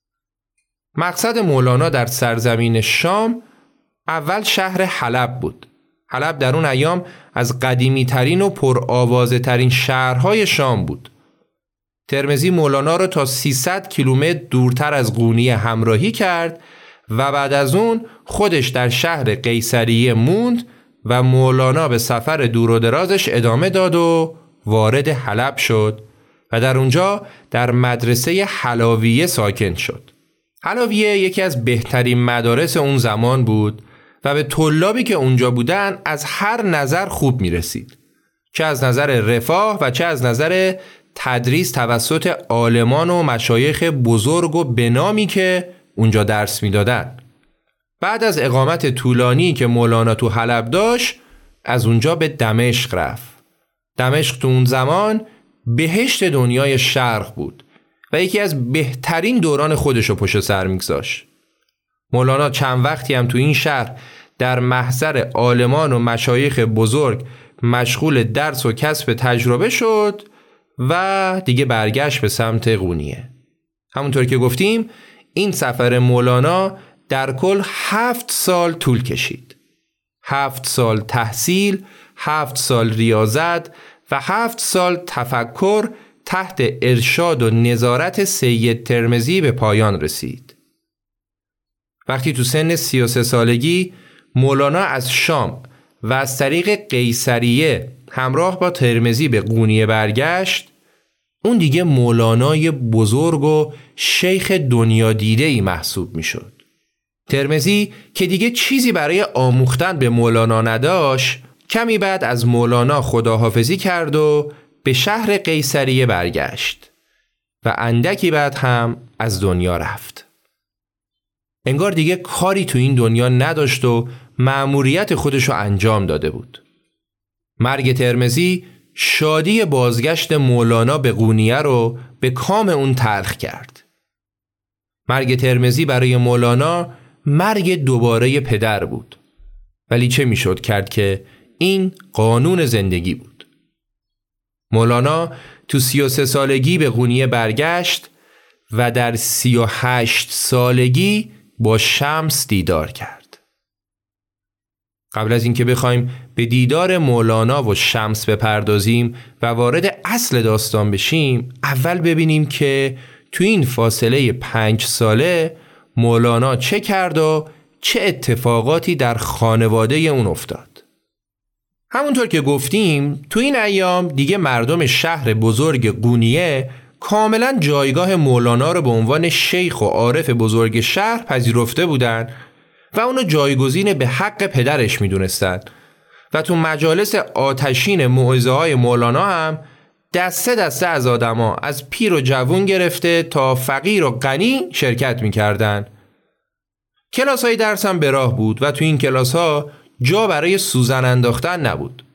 S1: مقصد مولانا در سرزمین شام اول شهر حلب بود. حلب در اون ایام از قدیمی ترین و پرآوازه ترین شهرهای شام بود. ترمذی مولانا رو تا سیصد کیلومتر دورتر از قونیه همراهی کرد و بعد از اون خودش در شهر قیصریه موند و مولانا به سفر دور و درازش ادامه داد و وارد حلب شد و در اونجا در مدرسه حلاویه ساکن شد. حلاویه یکی از بهترین مدارس اون زمان بود و به طلابی که اونجا بودن از هر نظر خوب می رسید. چه از نظر رفاه و چه از نظر تدریس توسط عالمان و مشایخ بزرگ و بنامی که اونجا درس می دادن. بعد از اقامت طولانی که مولانا تو حلب داشت از اونجا به دمشق رفت. دمشق تو اون زمان بهشت دنیای شرق بود و یکی از بهترین دوران خودشو پشت سر میگذاشت. مولانا چند وقتی هم تو این شهر در محضر عالمان و مشایخ بزرگ مشغول درس و کسب تجربه شد و دیگه برگشت به سمت قونیه. همونطور که گفتیم این سفر مولانا در کل هفت سال طول کشید. هفت سال تحصیل، هفت سال ریاضت و هفت سال تفکر تحت ارشاد و نظارت سید ترمذی به پایان رسید. وقتی تو سن سی و سه سالگی مولانا از شام و از طریق قیصریه همراه با ترمذی به قونیه برگشت، اون دیگه مولانای بزرگ و شیخ دنیا دیده‌ای محسوب می شد. ترمذی که دیگه چیزی برای آموختن به مولانا نداشت، کمی بعد از مولانا خداحافظی کرد و به شهر قیصریه برگشت و اندکی بعد هم از دنیا رفت. انگار دیگه کاری تو این دنیا نداشت و مأموریت خودشو انجام داده بود. مرگ ترمذی شادی بازگشت مولانا به قونیه رو به کام اون تلخ کرد. مرگ ترمذی برای مولانا مرگ دوباره پدر بود. ولی چه میشد کرد که این قانون زندگی بود. مولانا تو سی و سه سالگی به قونیه برگشت و در سی و هشت سالگی با شمس دیدار کرد. قبل از اینکه بخوایم به دیدار مولانا و شمس بپردازیم و وارد اصل داستان بشیم، اول ببینیم که تو این فاصله پنج ساله مولانا چه کرد و چه اتفاقاتی در خانواده اون افتاد. همونطور که گفتیم تو این ایام دیگه مردم شهر بزرگ قونیه کاملا جایگاه مولانا رو به عنوان شیخ و عارف بزرگ شهر پذیرفته بودن و اونو جایگزین به حق پدرش میدونستن و تو مجالس آتشین موعظه های مولانا هم دسته دسته از آدما از پیر و جوون گرفته تا فقیر و غنی شرکت میکردن. کلاس های درس هم به راه بود و تو این کلاس ها جا برای سوزن انداختن نبود.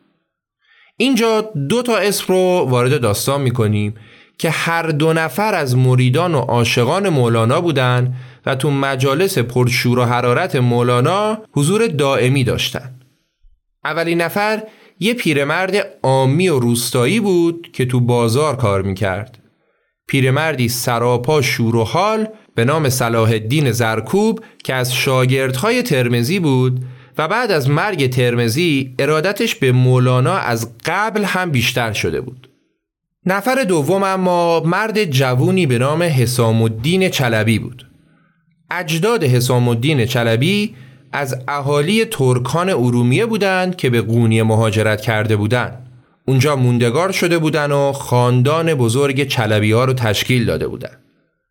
S1: اینجا دو تا اسم رو وارد داستان میکنیم که هر دو نفر از مریدان و عاشقان مولانا بودن و تو مجالس پرشور و حرارت مولانا حضور دائمی داشتن. اولین نفر یه پیرمرد عامی و روستایی بود که تو بازار کار میکرد. پیرمردی سراپا شور و حال به نام صلاح الدین زرکوب که از شاگردهای ترمذی بود و بعد از مرگ ترمذی ارادتش به مولانا از قبل هم بیشتر شده بود. نفر دوم اما مرد جوونی به نام حسام الدین چلبی بود. اجداد حسام الدین چلبی از اهالی ترکان ارومیه بودند که به قونیه مهاجرت کرده بودند. اونجا موندگار شده بودند و خاندان بزرگ چلبی ها رو تشکیل داده بودند.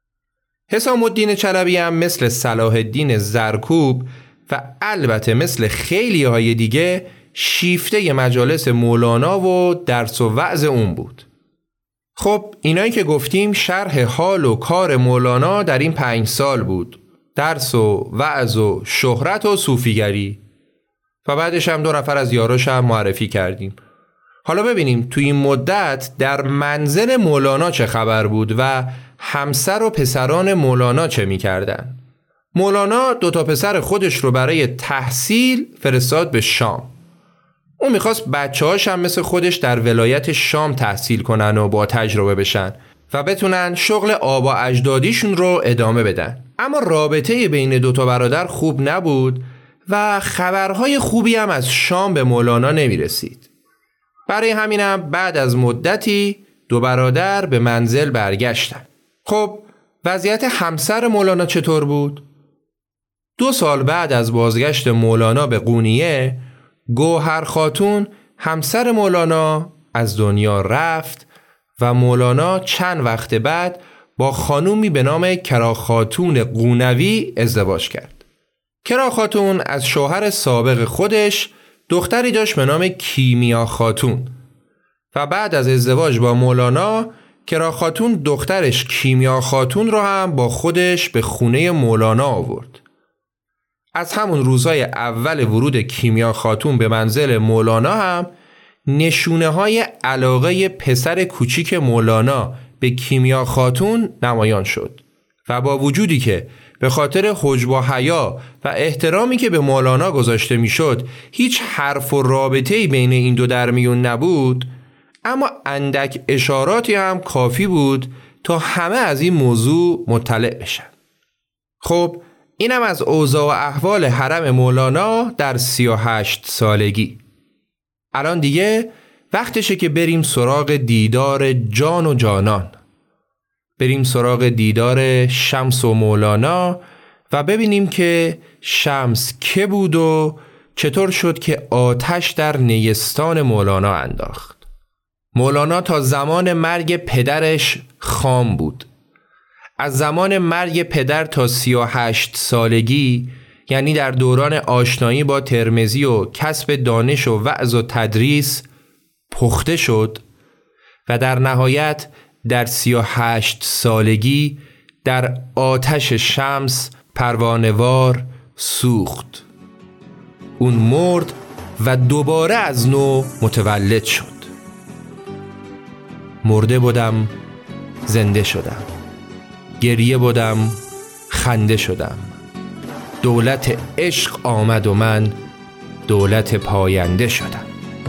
S1: حسام الدین چلبی هم مثل صلاح الدین زرکوب و البته مثل خیلی های دیگه شیفته مجالس مولانا و درس و وعظ اون بود. خب اینایی که گفتیم شرح حال و کار مولانا در این پنج سال بود. درس و وعظ و شهرت و صوفیگری و بعدش هم دو نفر از یاراش هم معرفی کردیم. حالا ببینیم توی این مدت در منزل مولانا چه خبر بود و همسر و پسران مولانا چه می کردن. مولانا دو تا پسر خودش رو برای تحصیل فرستاد به شام. اون میخواست بچه هاش هم مثل خودش در ولایت شام تحصیل کنن و با تجربه بشن و بتونن شغل آبا اجدادیشون رو ادامه بدن. اما رابطه بین دوتا برادر خوب نبود و خبرهای خوبی هم از شام به مولانا نمی رسید. برای همینم بعد از مدتی دو برادر به منزل برگشتن. خب وضعیت همسر مولانا چطور بود؟ دو سال بعد از بازگشت مولانا به قونیه، گوهر خاتون همسر مولانا از دنیا رفت و مولانا چند وقت بعد با خانومی به نام کرا خاتون قونوی ازدواج کرد. کرا خاتون از شوهر سابق خودش دختری داشت به نام کیمیا خاتون و بعد از ازدواج با مولانا کرا خاتون دخترش کیمیا خاتون رو هم با خودش به خونه مولانا آورد. از همون روزهای اول ورود کیمیا خاتون به منزل مولانا هم نشونه های علاقه پسر کوچیک مولانا به کیمیا خاتون نمایان شد و با وجودی که به خاطر حجب و حیا و احترامی که به مولانا گذاشته میشد هیچ حرف و رابطه‌ای بین این دو در میون نبود، اما اندک اشاراتی هم کافی بود تا همه از این موضوع مطلع بشن. خب اینم از اوضاع و احوال حرم مولانا در سی و هشت سالگی. الان دیگه وقتشه که بریم سراغ دیدار جان و جانان. بریم سراغ دیدار شمس و مولانا و ببینیم که شمس که بود و چطور شد که آتش در نیستان مولانا انداخت. مولانا تا زمان مرگ پدرش خام بود. از زمان مرگ پدر تا سی و هشت سالگی، یعنی در دوران آشنایی با ترمذی و کسب دانش و وعظ و تدریس، پخته شد و در نهایت در سی و هشت سالگی در آتش شمس پروانه‌وار سوخت. اون مرد و دوباره از نو متولد شد. مرده بودم زنده شدم، گریه بودم خنده شدم، دولت عشق آمد و من دولت پاینده شدم.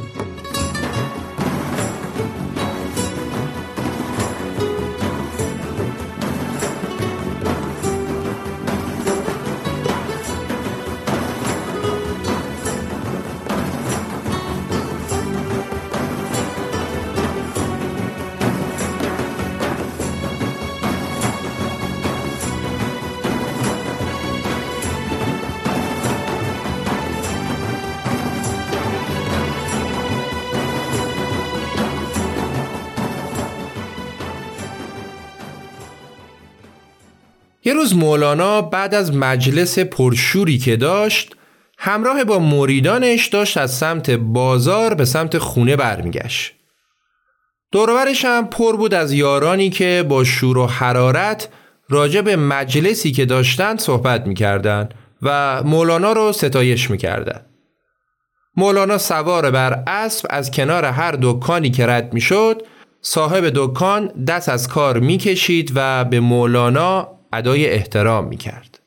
S1: یه روز مولانا بعد از مجلس پرشوری که داشت همراه با مریدانش داشت از سمت بازار به سمت خونه برمیگشت. دور و برش هم پر بود از یارانی که با شور و حرارت راجع به مجلسی که داشتن صحبت میکردن و مولانا رو ستایش میکردن. مولانا سوار بر اسب از کنار هر دکانی که رد می شد، صاحب دکان دست از کار می کشید و به مولانا ادای احترام می کرد.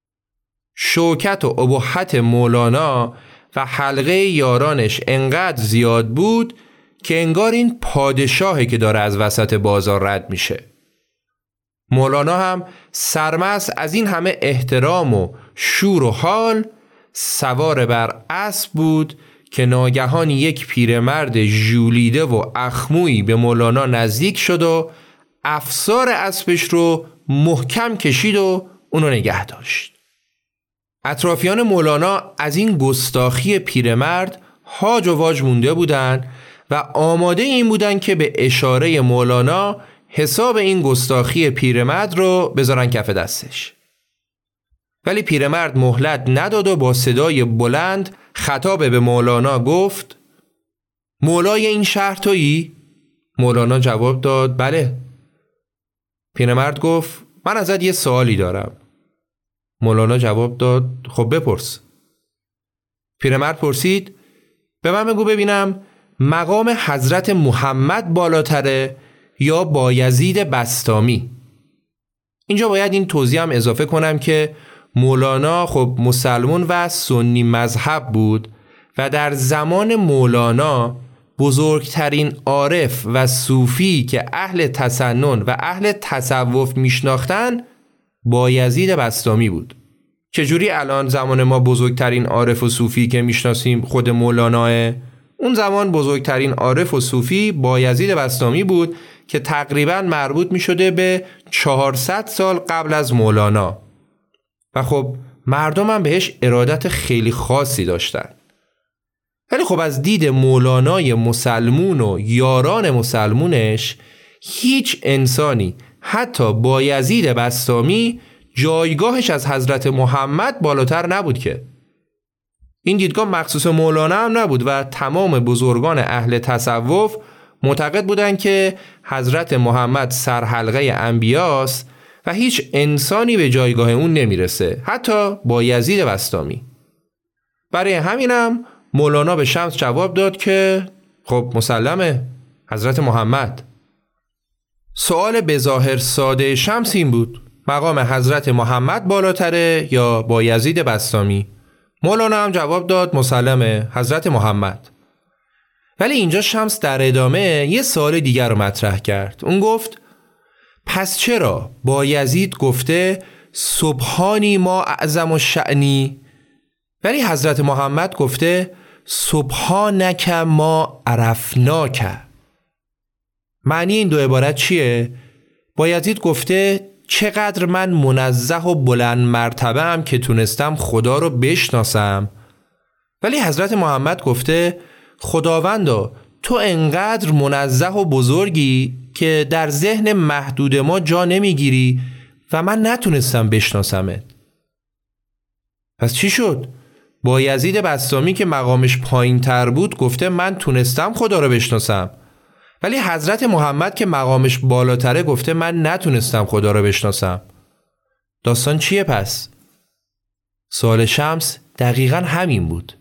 S1: شوکت و ابهت مولانا و حلقه یارانش انقدر زیاد بود که انگار این پادشاهی که داره از وسط بازار رد میشه. مولانا هم سرمست از این همه احترام و شور و حال سوار بر اسب بود که ناگهان یک پیرمرد ژولیده و اخمویی به مولانا نزدیک شد و افسار اسبش رو محکم کشید و اونو نگه داشت. اطرافیان مولانا از این گستاخی پیرمرد هاج و واج مونده بودند و آماده این بودند که به اشاره مولانا حساب این گستاخی پیرمرد رو بذارن کف دستش. ولی پیرمرد مهلت نداد و با صدای بلند خطاب به مولانا گفت: مولای این شهر تویی؟ مولانا جواب داد: بله. پیرمرد گفت: من ازت یه سوالی دارم. مولانا جواب داد: خب بپرس. پیرمرد پرسید: به من بگو ببینم مقام حضرت محمد بالاتره یا بایزید بسطامی؟ اینجا باید این توضیح هم اضافه کنم که مولانا خب مسلمان و سنی مذهب بود و در زمان مولانا بزرگترین عارف و صوفی که اهل تسنن و اهل تصوف میشناختن بایزید بسطامی بود. چجوری الان زمان ما بزرگترین عارف و صوفی که میشناسیم خود مولاناه؟ اون زمان بزرگترین عارف و صوفی بایزید بسطامی بود که تقریباً مربوط میشده به چهارصد سال قبل از مولانا و خب مردم هم بهش ارادت خیلی خاصی داشتن. ولی خب از دید مولانای مسلمون و یاران مسلمونش هیچ انسانی حتی بایزید بسطامی جایگاهش از حضرت محمد بالاتر نبود که. این دیدگاه مخصوص مولانا هم نبود و تمام بزرگان اهل تصوف معتقد بودند که حضرت محمد سرحلقه انبیاست و هیچ انسانی به جایگاه اون نمیرسه، حتی بایزید بسطامی. برای همینم مولانا به شمس جواب داد که خب مسلمه حضرت محمد. سوال به ظاهر ساده شمس این بود: مقام حضرت محمد بالاتره یا بایزید بسطامی؟ مولانا هم جواب داد مسلمه حضرت محمد. ولی اینجا شمس در ادامه یه سوال دیگر رو مطرح کرد. اون گفت: پس چرا بایزید گفته سبحانی ما اعظم و شأنی، ولی حضرت محمد گفته سبحانک ما عرفناک؟ معنی این دو عبارت چیه؟ بایزید گفته چقدر من منزه و بلند مرتبه ام که تونستم خدا رو بشناسم، ولی حضرت محمد گفته خداوندا تو انقدر منزه و بزرگی که در ذهن محدود ما جا نمیگیری و من نتونستم بشناسمت. پس چی شد؟ بایزید بسطامی که مقامش پایین تر بود گفته من تونستم خدا رو بشناسم، ولی حضرت محمد که مقامش بالاتره گفته من نتونستم خدا رو بشناسم. داستان چیه پس؟ سوال شمس دقیقاً همین بود.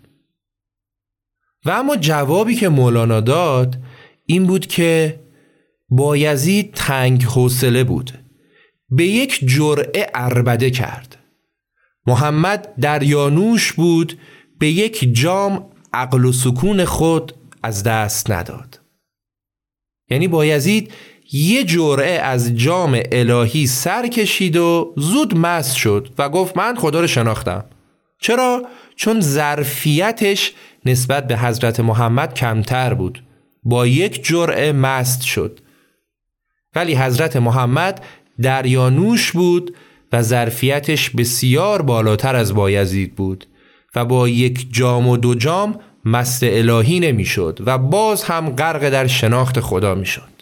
S1: و اما جوابی که مولانا داد این بود که بایزید تنگ حوصله بود، به یک جرعه عربده کرد. محمد دریانوش بود، به یک جام عقل و سکون خود از دست نداد. یعنی بایزید یه جرعه از جام الهی سر کشید و زود مست شد و گفت من خدا رو شناختم. چرا؟ چون ظرفیتش نسبت به حضرت محمد کمتر بود، با یک جرعه مست شد. ولی حضرت محمد دریانوش بود و ظرفیتش بسیار بالاتر از بایزید بود و با یک جام و دو جام مست الهی نمی شد و باز هم غرق در شناخت خدا می شد.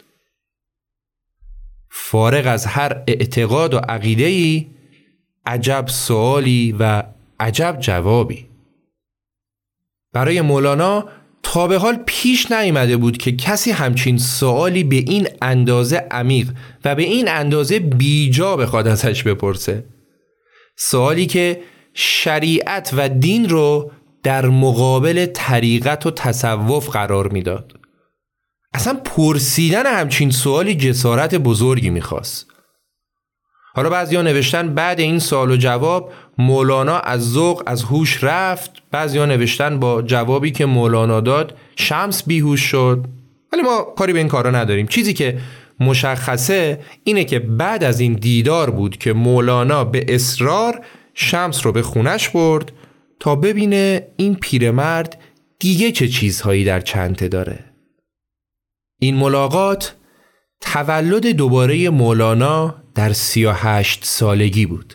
S1: فارغ از هر اعتقاد و عقیده‌ای، عجب سوالی و عجب جوابی. برای مولانا تا به حال پیش نیامده بود که کسی همچین سوالی به این اندازه عمیق و به این اندازه بیجا بخواد ازش بپرسه. سوالی که شریعت و دین رو در مقابل طریقت و تصوف قرار میداد. اصلا پرسیدن همچین سوالی جسارت بزرگی میخواست. حالا بعضیا نوشتن بعد این سوال و جواب مولانا از ذوق از هوش رفت، بعضیا نوشتن با جوابی که مولانا داد شمس بیهوش شد، ولی ما کاری به این کارا نداریم. چیزی که مشخصه اینه که بعد از این دیدار بود که مولانا به اصرار شمس رو به خونش برد تا ببینه این پیرمرد دیگه چه چیزهایی در چنته داره. این ملاقات تولد دوباره مولانا در سی و هشت سالگی بود.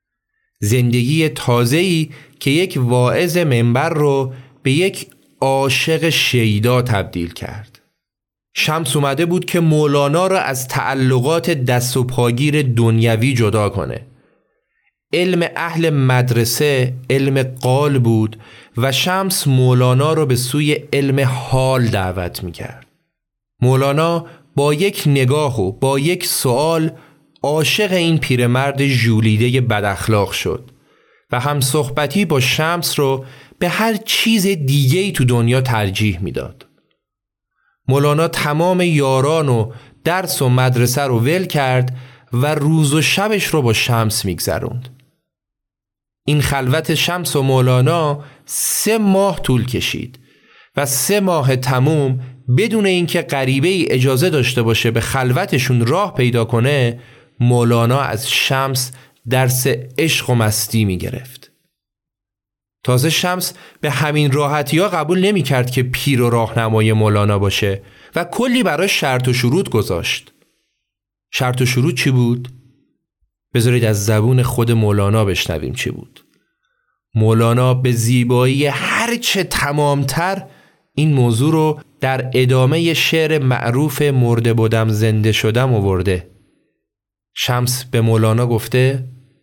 S1: زندگی تازه‌ای که یک واعظ منبر رو به یک عاشق شیدا تبدیل کرد. شمس اومده بود که مولانا را از تعلقات دست و پاگیر دنیوی جدا کنه. علم اهل مدرسه علم قال بود و شمس مولانا را به سوی علم حال دعوت میکرد. مولانا با یک نگاه و با یک سوال عاشق این پیرمرد ژولیده بداخلاق شد و هم صحبتی با شمس رو به هر چیز دیگه‌ای تو دنیا ترجیح میداد. مولانا تمام یاران و درس و مدرسه رو ول کرد و روز و شبش رو با شمس میگذروند. این خلوت شمس و مولانا سه ماه طول کشید و سه ماه تموم بدون اینکه غریبه ای اجازه داشته باشه به خلوتشون راه پیدا کنه، مولانا از شمس درس عشق و مستی می گرفت. تازه شمس به همین راحتی ها قبول نمی کرد که پیر و راهنمای مولانا باشه و کلی براش شرط و شروط گذاشت. شرط و شروط چی بود؟ بذارید از زبون خود مولانا بشنویم چی بود. مولانا به زیبایی هرچه تمامتر این موضوع رو در ادامه شعر معروف مرده بودم زنده شدم آورده. شمس به مولانا گفته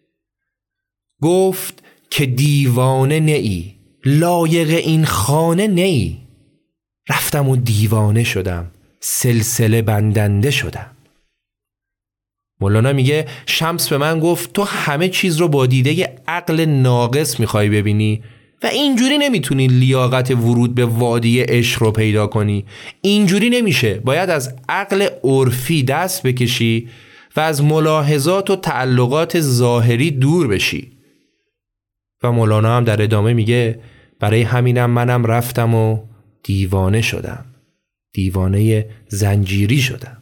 S1: گفت که دیوانه نیی، لایق این خانه نیی. رفتم و دیوانه شدم، سلسله بندنده شدم. مولانا میگه شمس به من گفت تو همه چیز رو با دیده عقل ناقص میخوای ببینی و اینجوری نمیتونی لیاقت ورود به وادی عشق رو پیدا کنی. اینجوری نمیشه، باید از عقل عرفی دست بکشی و از ملاحظات و تعلقات ظاهری دور بشی. و مولانا هم در ادامه میگه برای همینم منم رفتم و دیوانه شدم، دیوانه زنجیری شدم.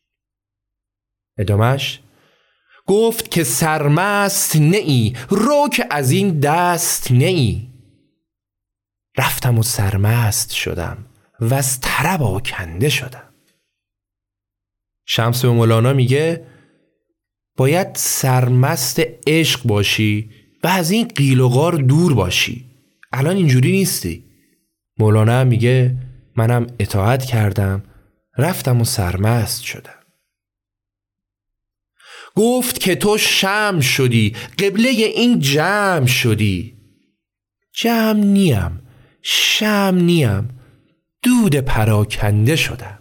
S1: ادامهش گفت که سرمست نیی، رو که از این دست نیی. رفتم و سرمست شدم و از طرب آکنده شدم. شمس به مولانا میگه باید سرمست عشق باشی و از این قیل و غار دور باشی. الان اینجوری نیستی. مولانا میگه منم اطاعت کردم، رفتم و سرمست شدم. گفت که تو شمع شدی، قبله این جمع شدی. جمع نیم، شمع نیم، دود پراکنده شدم.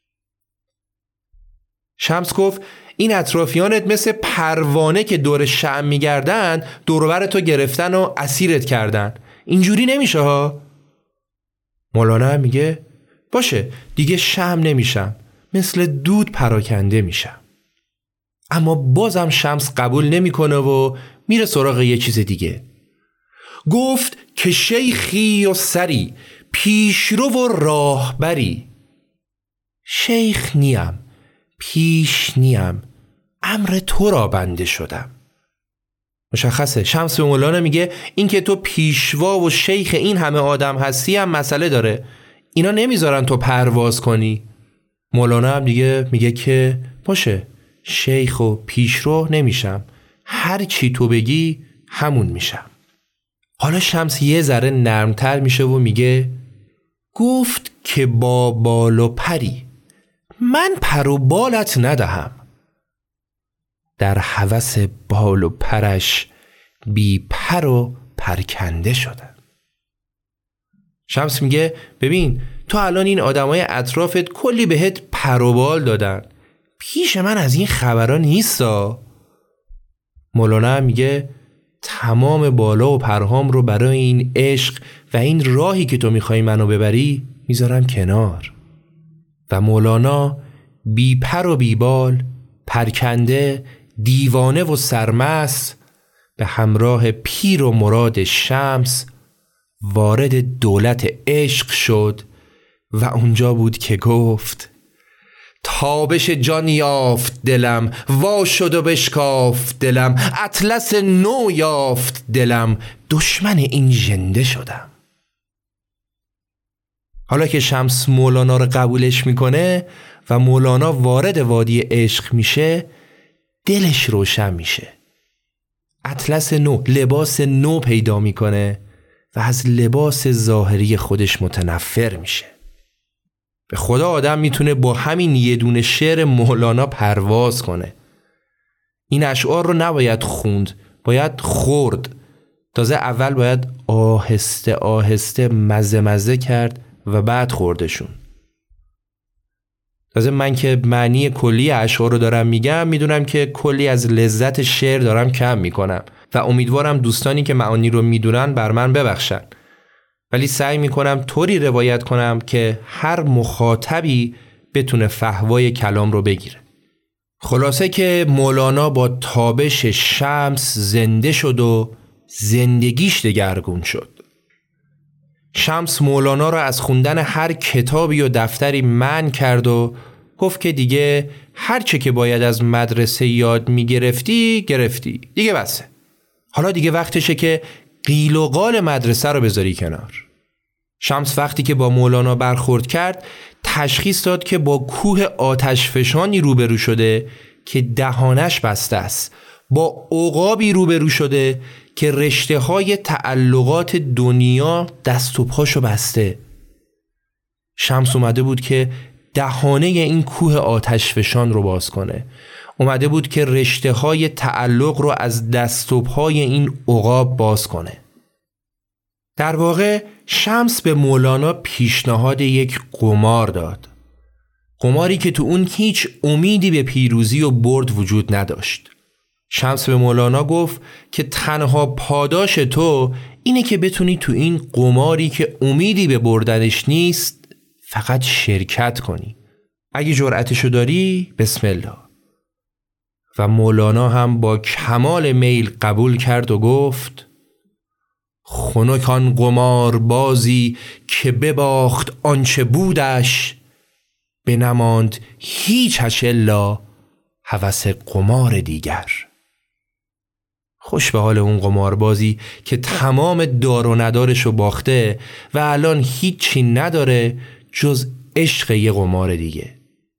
S1: شمس گفت این اطرافیانت مثل پروانه که دور شمع میگردن دوربر تو گرفتن و اسیرت کردن. اینجوری نمیشه ها. مولانا میگه باشه دیگه شمع نمیشم، مثل دود پراکنده میشم. اما بازم شمس قبول نمیکنه و میره سراغ یه چیز دیگه. گفت که شیخی و سری، پیشرو و راهبری. شیخ نیم، پیش نیم، امر تو را بنده شدم. مشخصه شمس به مولانا میگه این که تو پیشوا و شیخ این همه آدم هستی هم مسئله داره، اینا نمیذارن تو پرواز کنی. مولانا هم دیگه میگه که باشه شیخ و پیشرو نمیشم، هر چی تو بگی همون میشم. حالا شمس یه ذره نرمتر میشه و میگه گفت که با بال و پری، من پر و بالت ندهم. در هوس بال و پرش بی پر و پرکنده شدم. شمس میگه ببین تو الان این آدمای اطرافت کلی بهت پر و بال دادن، پیش من از این خبران نیستا. مولانا میگه تمام بالا و پرهام رو برای این عشق و این راهی که تو میخوای منو ببری میذارم کنار. و مولانا بی پر و بی بال، پرکنده، دیوانه و سرمست، به همراه پیر و مراد شمس وارد دولت عشق شد و اونجا بود که گفت تابش جان یافت دلم، وا شد و بشکافت دلم، اطلس نو یافت دلم، دشمن این ژنده شدم. حالا که شمس مولانا رو قبولش میکنه و مولانا وارد وادی عشق میشه، دلش روشن میشه. اطلس نو، لباس نو پیدا میکنه و از لباس ظاهری خودش متنفر میشه. به خدا آدم میتونه با همین یه دونه شعر مولانا پرواز کنه. این اشعار رو نباید خوند، باید خورد. تازه اول باید آهسته آهسته مزه مزه کرد و بعد خوردشون. تازه من که معنی کلی اشعار رو دارم میگم، میدونم که کلی از لذت شعر دارم کم میکنم و امیدوارم دوستانی که معانی رو میدونن بر من ببخشن، ولی سعی میکنم طوری روایت کنم که هر مخاطبی بتونه فحوای کلام رو بگیره. خلاصه که مولانا با تابش شمس زنده شد و زندگیش دگرگون شد. شمس مولانا رو از خوندن هر کتابی و دفتری منع کرد و گفت که دیگه هر چه که باید از مدرسه یاد میگرفتی گرفتی، دیگه بسه. حالا دیگه وقتشه که قیل و قال مدرسه رو بذاری کنار. شمس وقتی که با مولانا برخورد کرد تشخیص داد که با کوه آتش فشانی روبرو شده که دهانش بسته است، با عقابی روبرو شده که رشته های تعلقات دنیا دست و پاشو بسته. شمس اومده بود که دهانه این کوه آتش فشان رو باز کنه. اومده بود که رشته های تعلق رو از دست و پای این عقاب باز کنه. در واقع شمس به مولانا پیشنهاد یک قمار داد. قماری که تو اون هیچ امیدی به پیروزی و برد وجود نداشت. شمس به مولانا گفت که تنها پاداش تو اینه که بتونی تو این قماری که امیدی به بردنش نیست فقط شرکت کنی. اگه جرأتشو داری بسم الله. و مولانا هم با کمال میل قبول کرد و گفت خنک آن قمار بازی که بباخت آنچه بودش، بنماند هیچش الا هوس قمار دیگر. خوش به حال اون قماربازی که تمام دار و ندارشو باخته و الان هیچی نداره جز عشق یه قمار دیگه.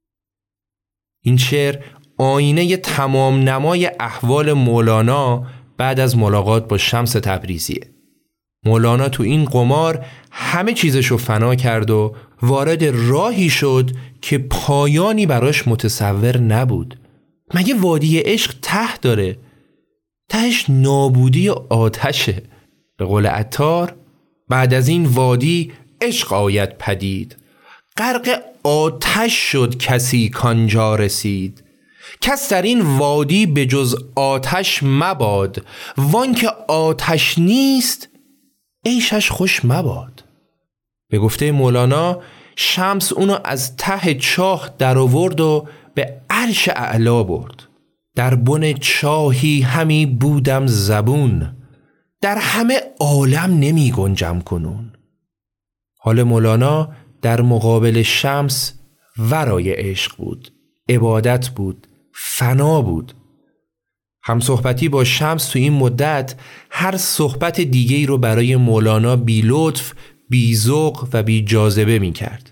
S1: این شعر آینه تمام نمای احوال مولانا بعد از ملاقات با شمس تبریزیه. مولانا تو این قمار همه چیزشو فنا کرد و وارد راهی شد که پایانی براش متصور نبود. مگه وادی عشق ته داره؟ تهش نابودی آتشه. به قول عطار بعد از این وادی عشق آید پدید، غرق آتش شد کسی کانجا رسید. کس در این وادی به جز آتش مباد، وان که آتش نیست عیشش خوش مباد. به گفته مولانا شمس اونو از ته چاه در آورد و به عرش اعلا برد. در بن چاهی همی بودم زبون، در همه عالم نمی گنجم کنون. حال مولانا در مقابل شمس ورای عشق بود، عبادت بود، فنا بود. همصحبتی با شمس تو این مدت هر صحبت دیگه‌ای رو برای مولانا بی لطف، بی ذوق و بی جاذبه می کرد.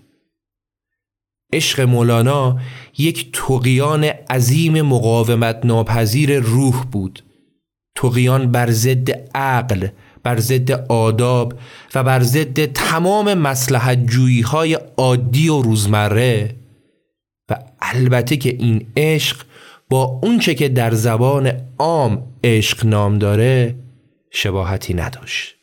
S1: عشق مولانا یک طغیان عظیم مقاومت ناپذیر روح بود. طغیان بر ضد عقل، بر ضد آداب و بر ضد تمام مصلحت جویی های عادی و روزمره. و البته که این عشق با اونچه که در زبان عام عشق نام داره شباهتی نداشت.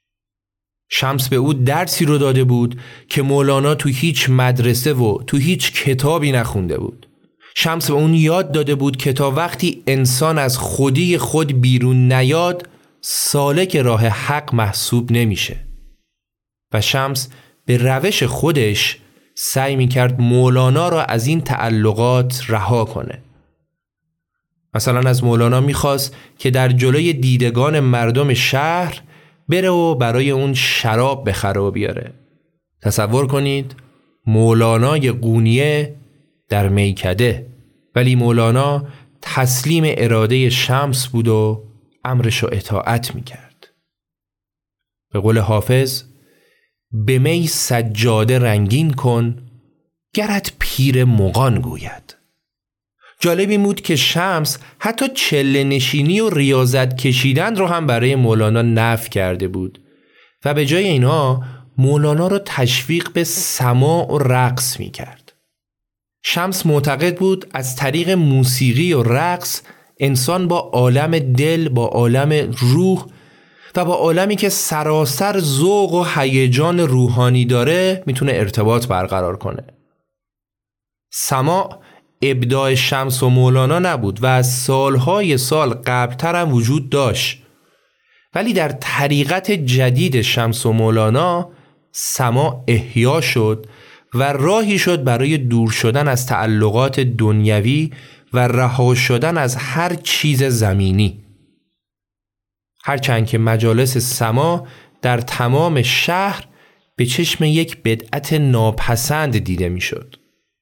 S1: شمس به او درسی رو داده بود که مولانا تو هیچ مدرسه و تو هیچ کتابی نخونده بود. شمس به اون یاد داده بود که تا وقتی انسان از خودی خود بیرون نیاد سالک راه حق محسوب نمیشه و شمس به روش خودش سعی میکرد مولانا را از این تعلقات رها کنه. مثلا از مولانا میخواست که در جلوی دیدگان مردم شهر بره و برای اون شراب بخره و بیاره. تصور کنید مولانای قونیه در میکده، ولی مولانا تسلیم اراده شمس بود و امرش رو اطاعت میکرد. به قول حافظ به می سجاده رنگین کن گرت پیر مغان گوید. جالب این بود که شمس حتی چله نشینی و ریاضت کشیدن رو هم برای مولانا نفی کرده بود و به جای اینها مولانا رو تشویق به سماع و رقص می کرد. شمس معتقد بود از طریق موسیقی و رقص انسان با عالم دل، با عالم روح و با عالمی که سراسر ذوق و هیجان روحانی داره میتونه ارتباط برقرار کنه. سماع ابداع شمس و مولانا نبود و از سالهای سال قبلتر هم وجود داشت، ولی در طریقت جدید شمس و مولانا سماع احیا شد و راهی شد برای دور شدن از تعلقات دنیوی و رها شدن از هر چیز زمینی. هرچند که مجالس سماع در تمام شهر به چشم یک بدعت ناپسند دیده می شد.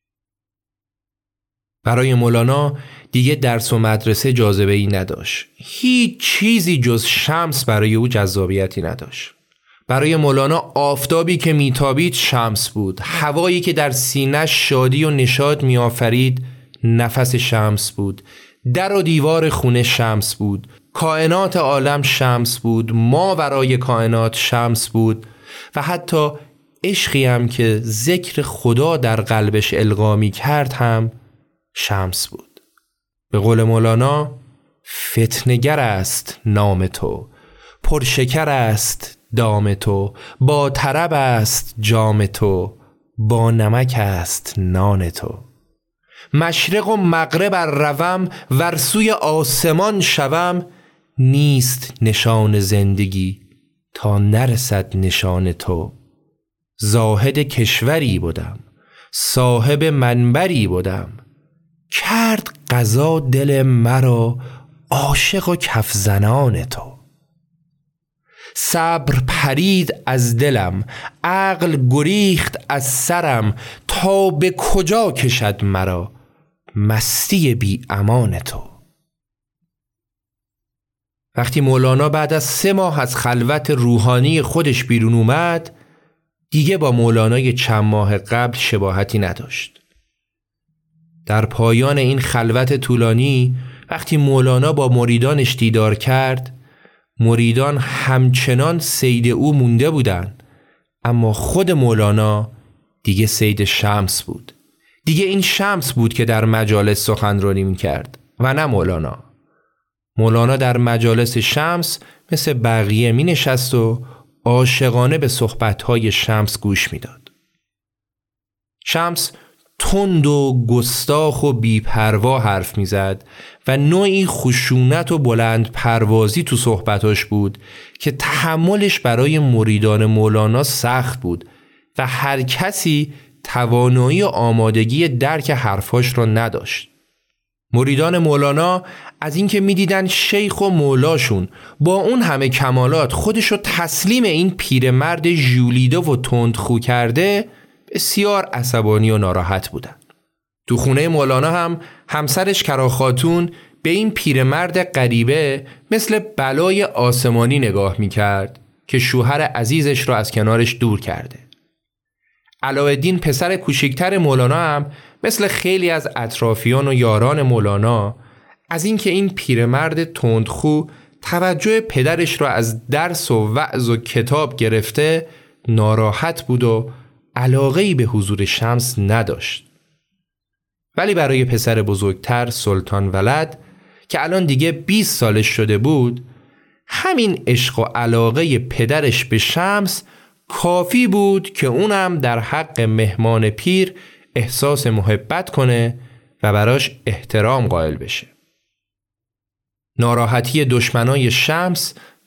S1: برای مولانا دیگه درس و مدرسه جاذبه ای نداشت. هیچ چیزی جز شمس برای او جذابیتی نداشت. برای مولانا آفتابی که میتابید شمس بود، هوایی که در سینه‌اش شادی و نشاط میآفرید نفس شمس بود، در و دیوار خونه شمس بود، کائنات عالم شمس بود، ما ورای کائنات شمس بود و حتی عشقی هم که ذکر خدا در قلبش القا می کرد هم شمس بود. به قول مولانا فتنگر است نام تو، پرشکر است دام تو، با طرب است جام تو، با نمک است نان تو. مشرق و مغرب روم ور سوی آسمان شوم، نیست نشان زندگی تا نرسد نشان تو. زاهد کشوری بودم، صاحب منبری بودم، کرد قضا دل مرا عاشق و کف زنان تو. صبر پرید از دلم، عقل گریخت از سرم، تا به کجا کشد مرا مستی بی امان تو. وقتی مولانا بعد از سه ماه از خلوت روحانی خودش بیرون اومد، دیگه با مولانای چند ماه قبل شباهتی نداشت. در پایان این خلوت طولانی وقتی مولانا با مریدانش دیدار کرد، مریدان همچنان صید او مونده بودند، اما خود مولانا دیگه صید شمس بود. دیگه این شمس بود که در مجالس سخنرانی می‌کرد و نه مولانا. مولانا در مجالس شمس مثل بقیه می نشست و عاشقانه به صحبت‌های شمس گوش میداد. شمس تند و گستاخ و بی‌پروا حرف میزد و نوعی خشونت و بلند پروازی تو صحبتاش بود که تحملش برای مریدان مولانا سخت بود و هر کسی توانایی و آمادگی درک حرفاش را نداشت. مریدان مولانا از اینکه میدیدن شیخ و مولاشون با اون همه کمالات خودشو تسلیم این پیرمرد ژولیده و تندخو کرده، بسیار عصبانی و ناراحت بودن. تو خونه مولانا هم همسرش کرا خاتون به این پیرمرد غریبه مثل بلای آسمانی نگاه میکرد که شوهر عزیزش رو از کنارش دور کرده. علاءالدین پسر کوچکتر مولانا هم مثل خیلی از اطرافیان و یاران مولانا از اینکه این پیرمرد تندخو توجه پدرش را از درس و وعظ و کتاب گرفته ناراحت بود و علاقه‌ای به حضور شمس نداشت. ولی برای پسر بزرگتر سلطان ولد که الان دیگه بیست سالش شده بود، همین عشق و علاقه پدرش به شمس کافی بود که اونم در حق مهمان پیر احساس محبت کنه و براش احترام قائل بشه. ناراحتی دشمنای شمس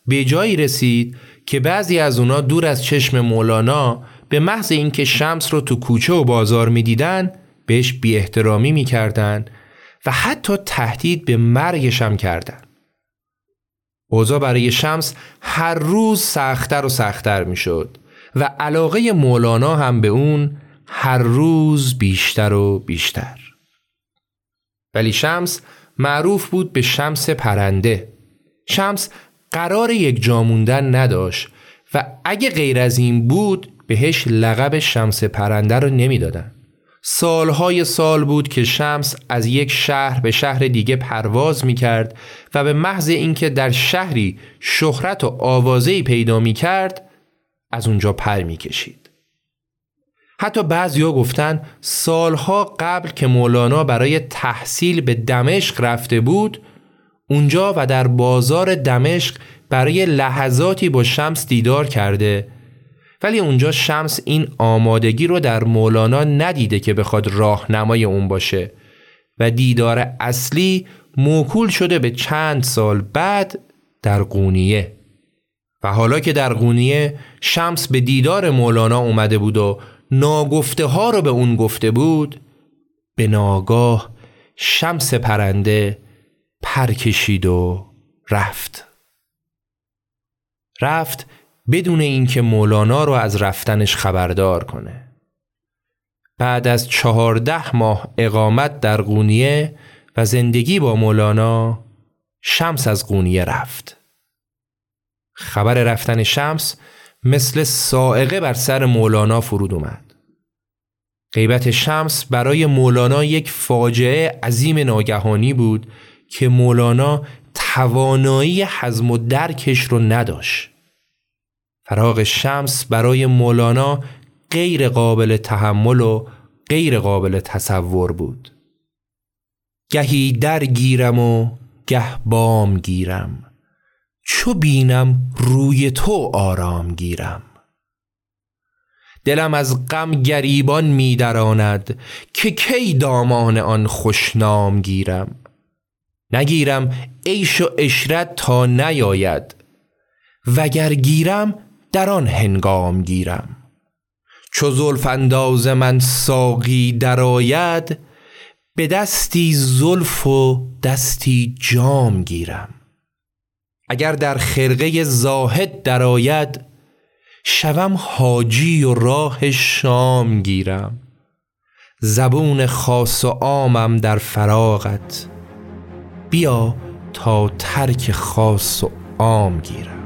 S1: به جایی رسید که بعضی از اونا دور از چشم مولانا به محض اینکه شمس رو تو کوچه و بازار می‌دیدن بهش بی احترامی می‌کردن و حتی تهدید به مرگش هم کردن. اوضاع برای شمس هر روز سخت‌تر و سخت‌تر می‌شد و علاقه مولانا هم به اون هر روز بیشتر و بیشتر. ولی شمس معروف بود به شمس پرنده. شمس قرار یک جا موندن نداشت و اگه غیر از این بود بهش لقب شمس پرنده رو نمیدادن. سالهای سال بود که شمس از یک شهر به شهر دیگه پرواز میکرد و به محض اینکه در شهری شهرت و آوازه‌ای پیدا میکرد از اونجا پر میکشید. حتی بعضیا گفتن سالها قبل که مولانا برای تحصیل به دمشق رفته بود، اونجا و در بازار دمشق برای لحظاتی با شمس دیدار کرده، ولی اونجا شمس این آمادگی رو در مولانا ندیده که بخواد راهنمای اون باشه و دیدار اصلی موکول شده به چند سال بعد در قونیه. و حالا که در قونیه شمس به دیدار مولانا اومده بود و ناگفته ها رو به اون گفته بود، به ناگاه شمس پرنده پر کشید و رفت. رفت بدون اینکه مولانا رو از رفتنش خبردار کنه. بعد از چهارده ماه اقامت در قونیه و زندگی با مولانا، شمس از قونیه رفت. خبر رفتن شمس مثل صاعقه بر سر مولانا فرود اومد. غیبت شمس برای مولانا یک فاجعه عظیم ناگهانی بود که مولانا توانایی هضم و درکش رو نداشت. فراق شمس برای مولانا غیر قابل تحمل و غیر قابل تصور بود. گهی در گیرم و گه بام گیرم، چو بینم روی تو آرام گیرم. دلم از غم گریبان می دراند، که کی دامان آن خوشنام گیرم. نگیرم عیش و عشرت تا نیاید، وگر گیرم در آن هنگام گیرم. چو زلف انداز من ساقی درآید، به دستی زلف و دستی جام گیرم. اگر در خرقه زاهد درآید، شوم حاجی و راه شام گیرم. زبون خاص و عامم در فراغت، بیا تا ترک خاص و عام گیرم.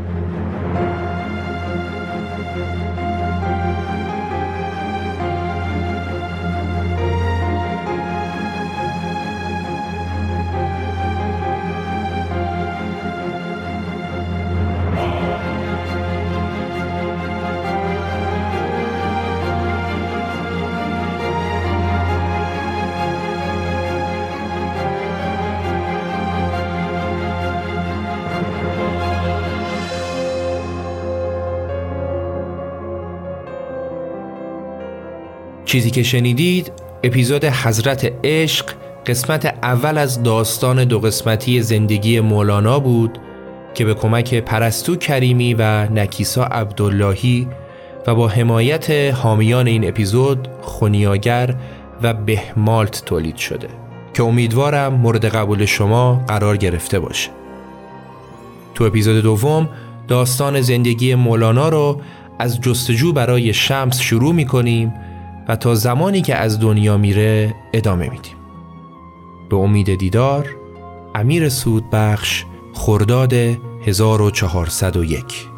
S1: چیزی که شنیدید اپیزود حضرت عشق قسمت اول از داستان دو قسمتی زندگی مولانا بود که به کمک پرستو کریمی و نکیسا عبداللهی و با حمایت حامیان این اپیزود خونیاگر و بهمالت تولید شده که امیدوارم مورد قبول شما قرار گرفته باشه. تو اپیزود دوم داستان زندگی مولانا رو از جستجو برای شمس شروع می‌کنیم و تا زمانی که از دنیا میره ادامه میدیم. به امید دیدار. امیر سودبخش، خرداد هزار و چهارصد و یک.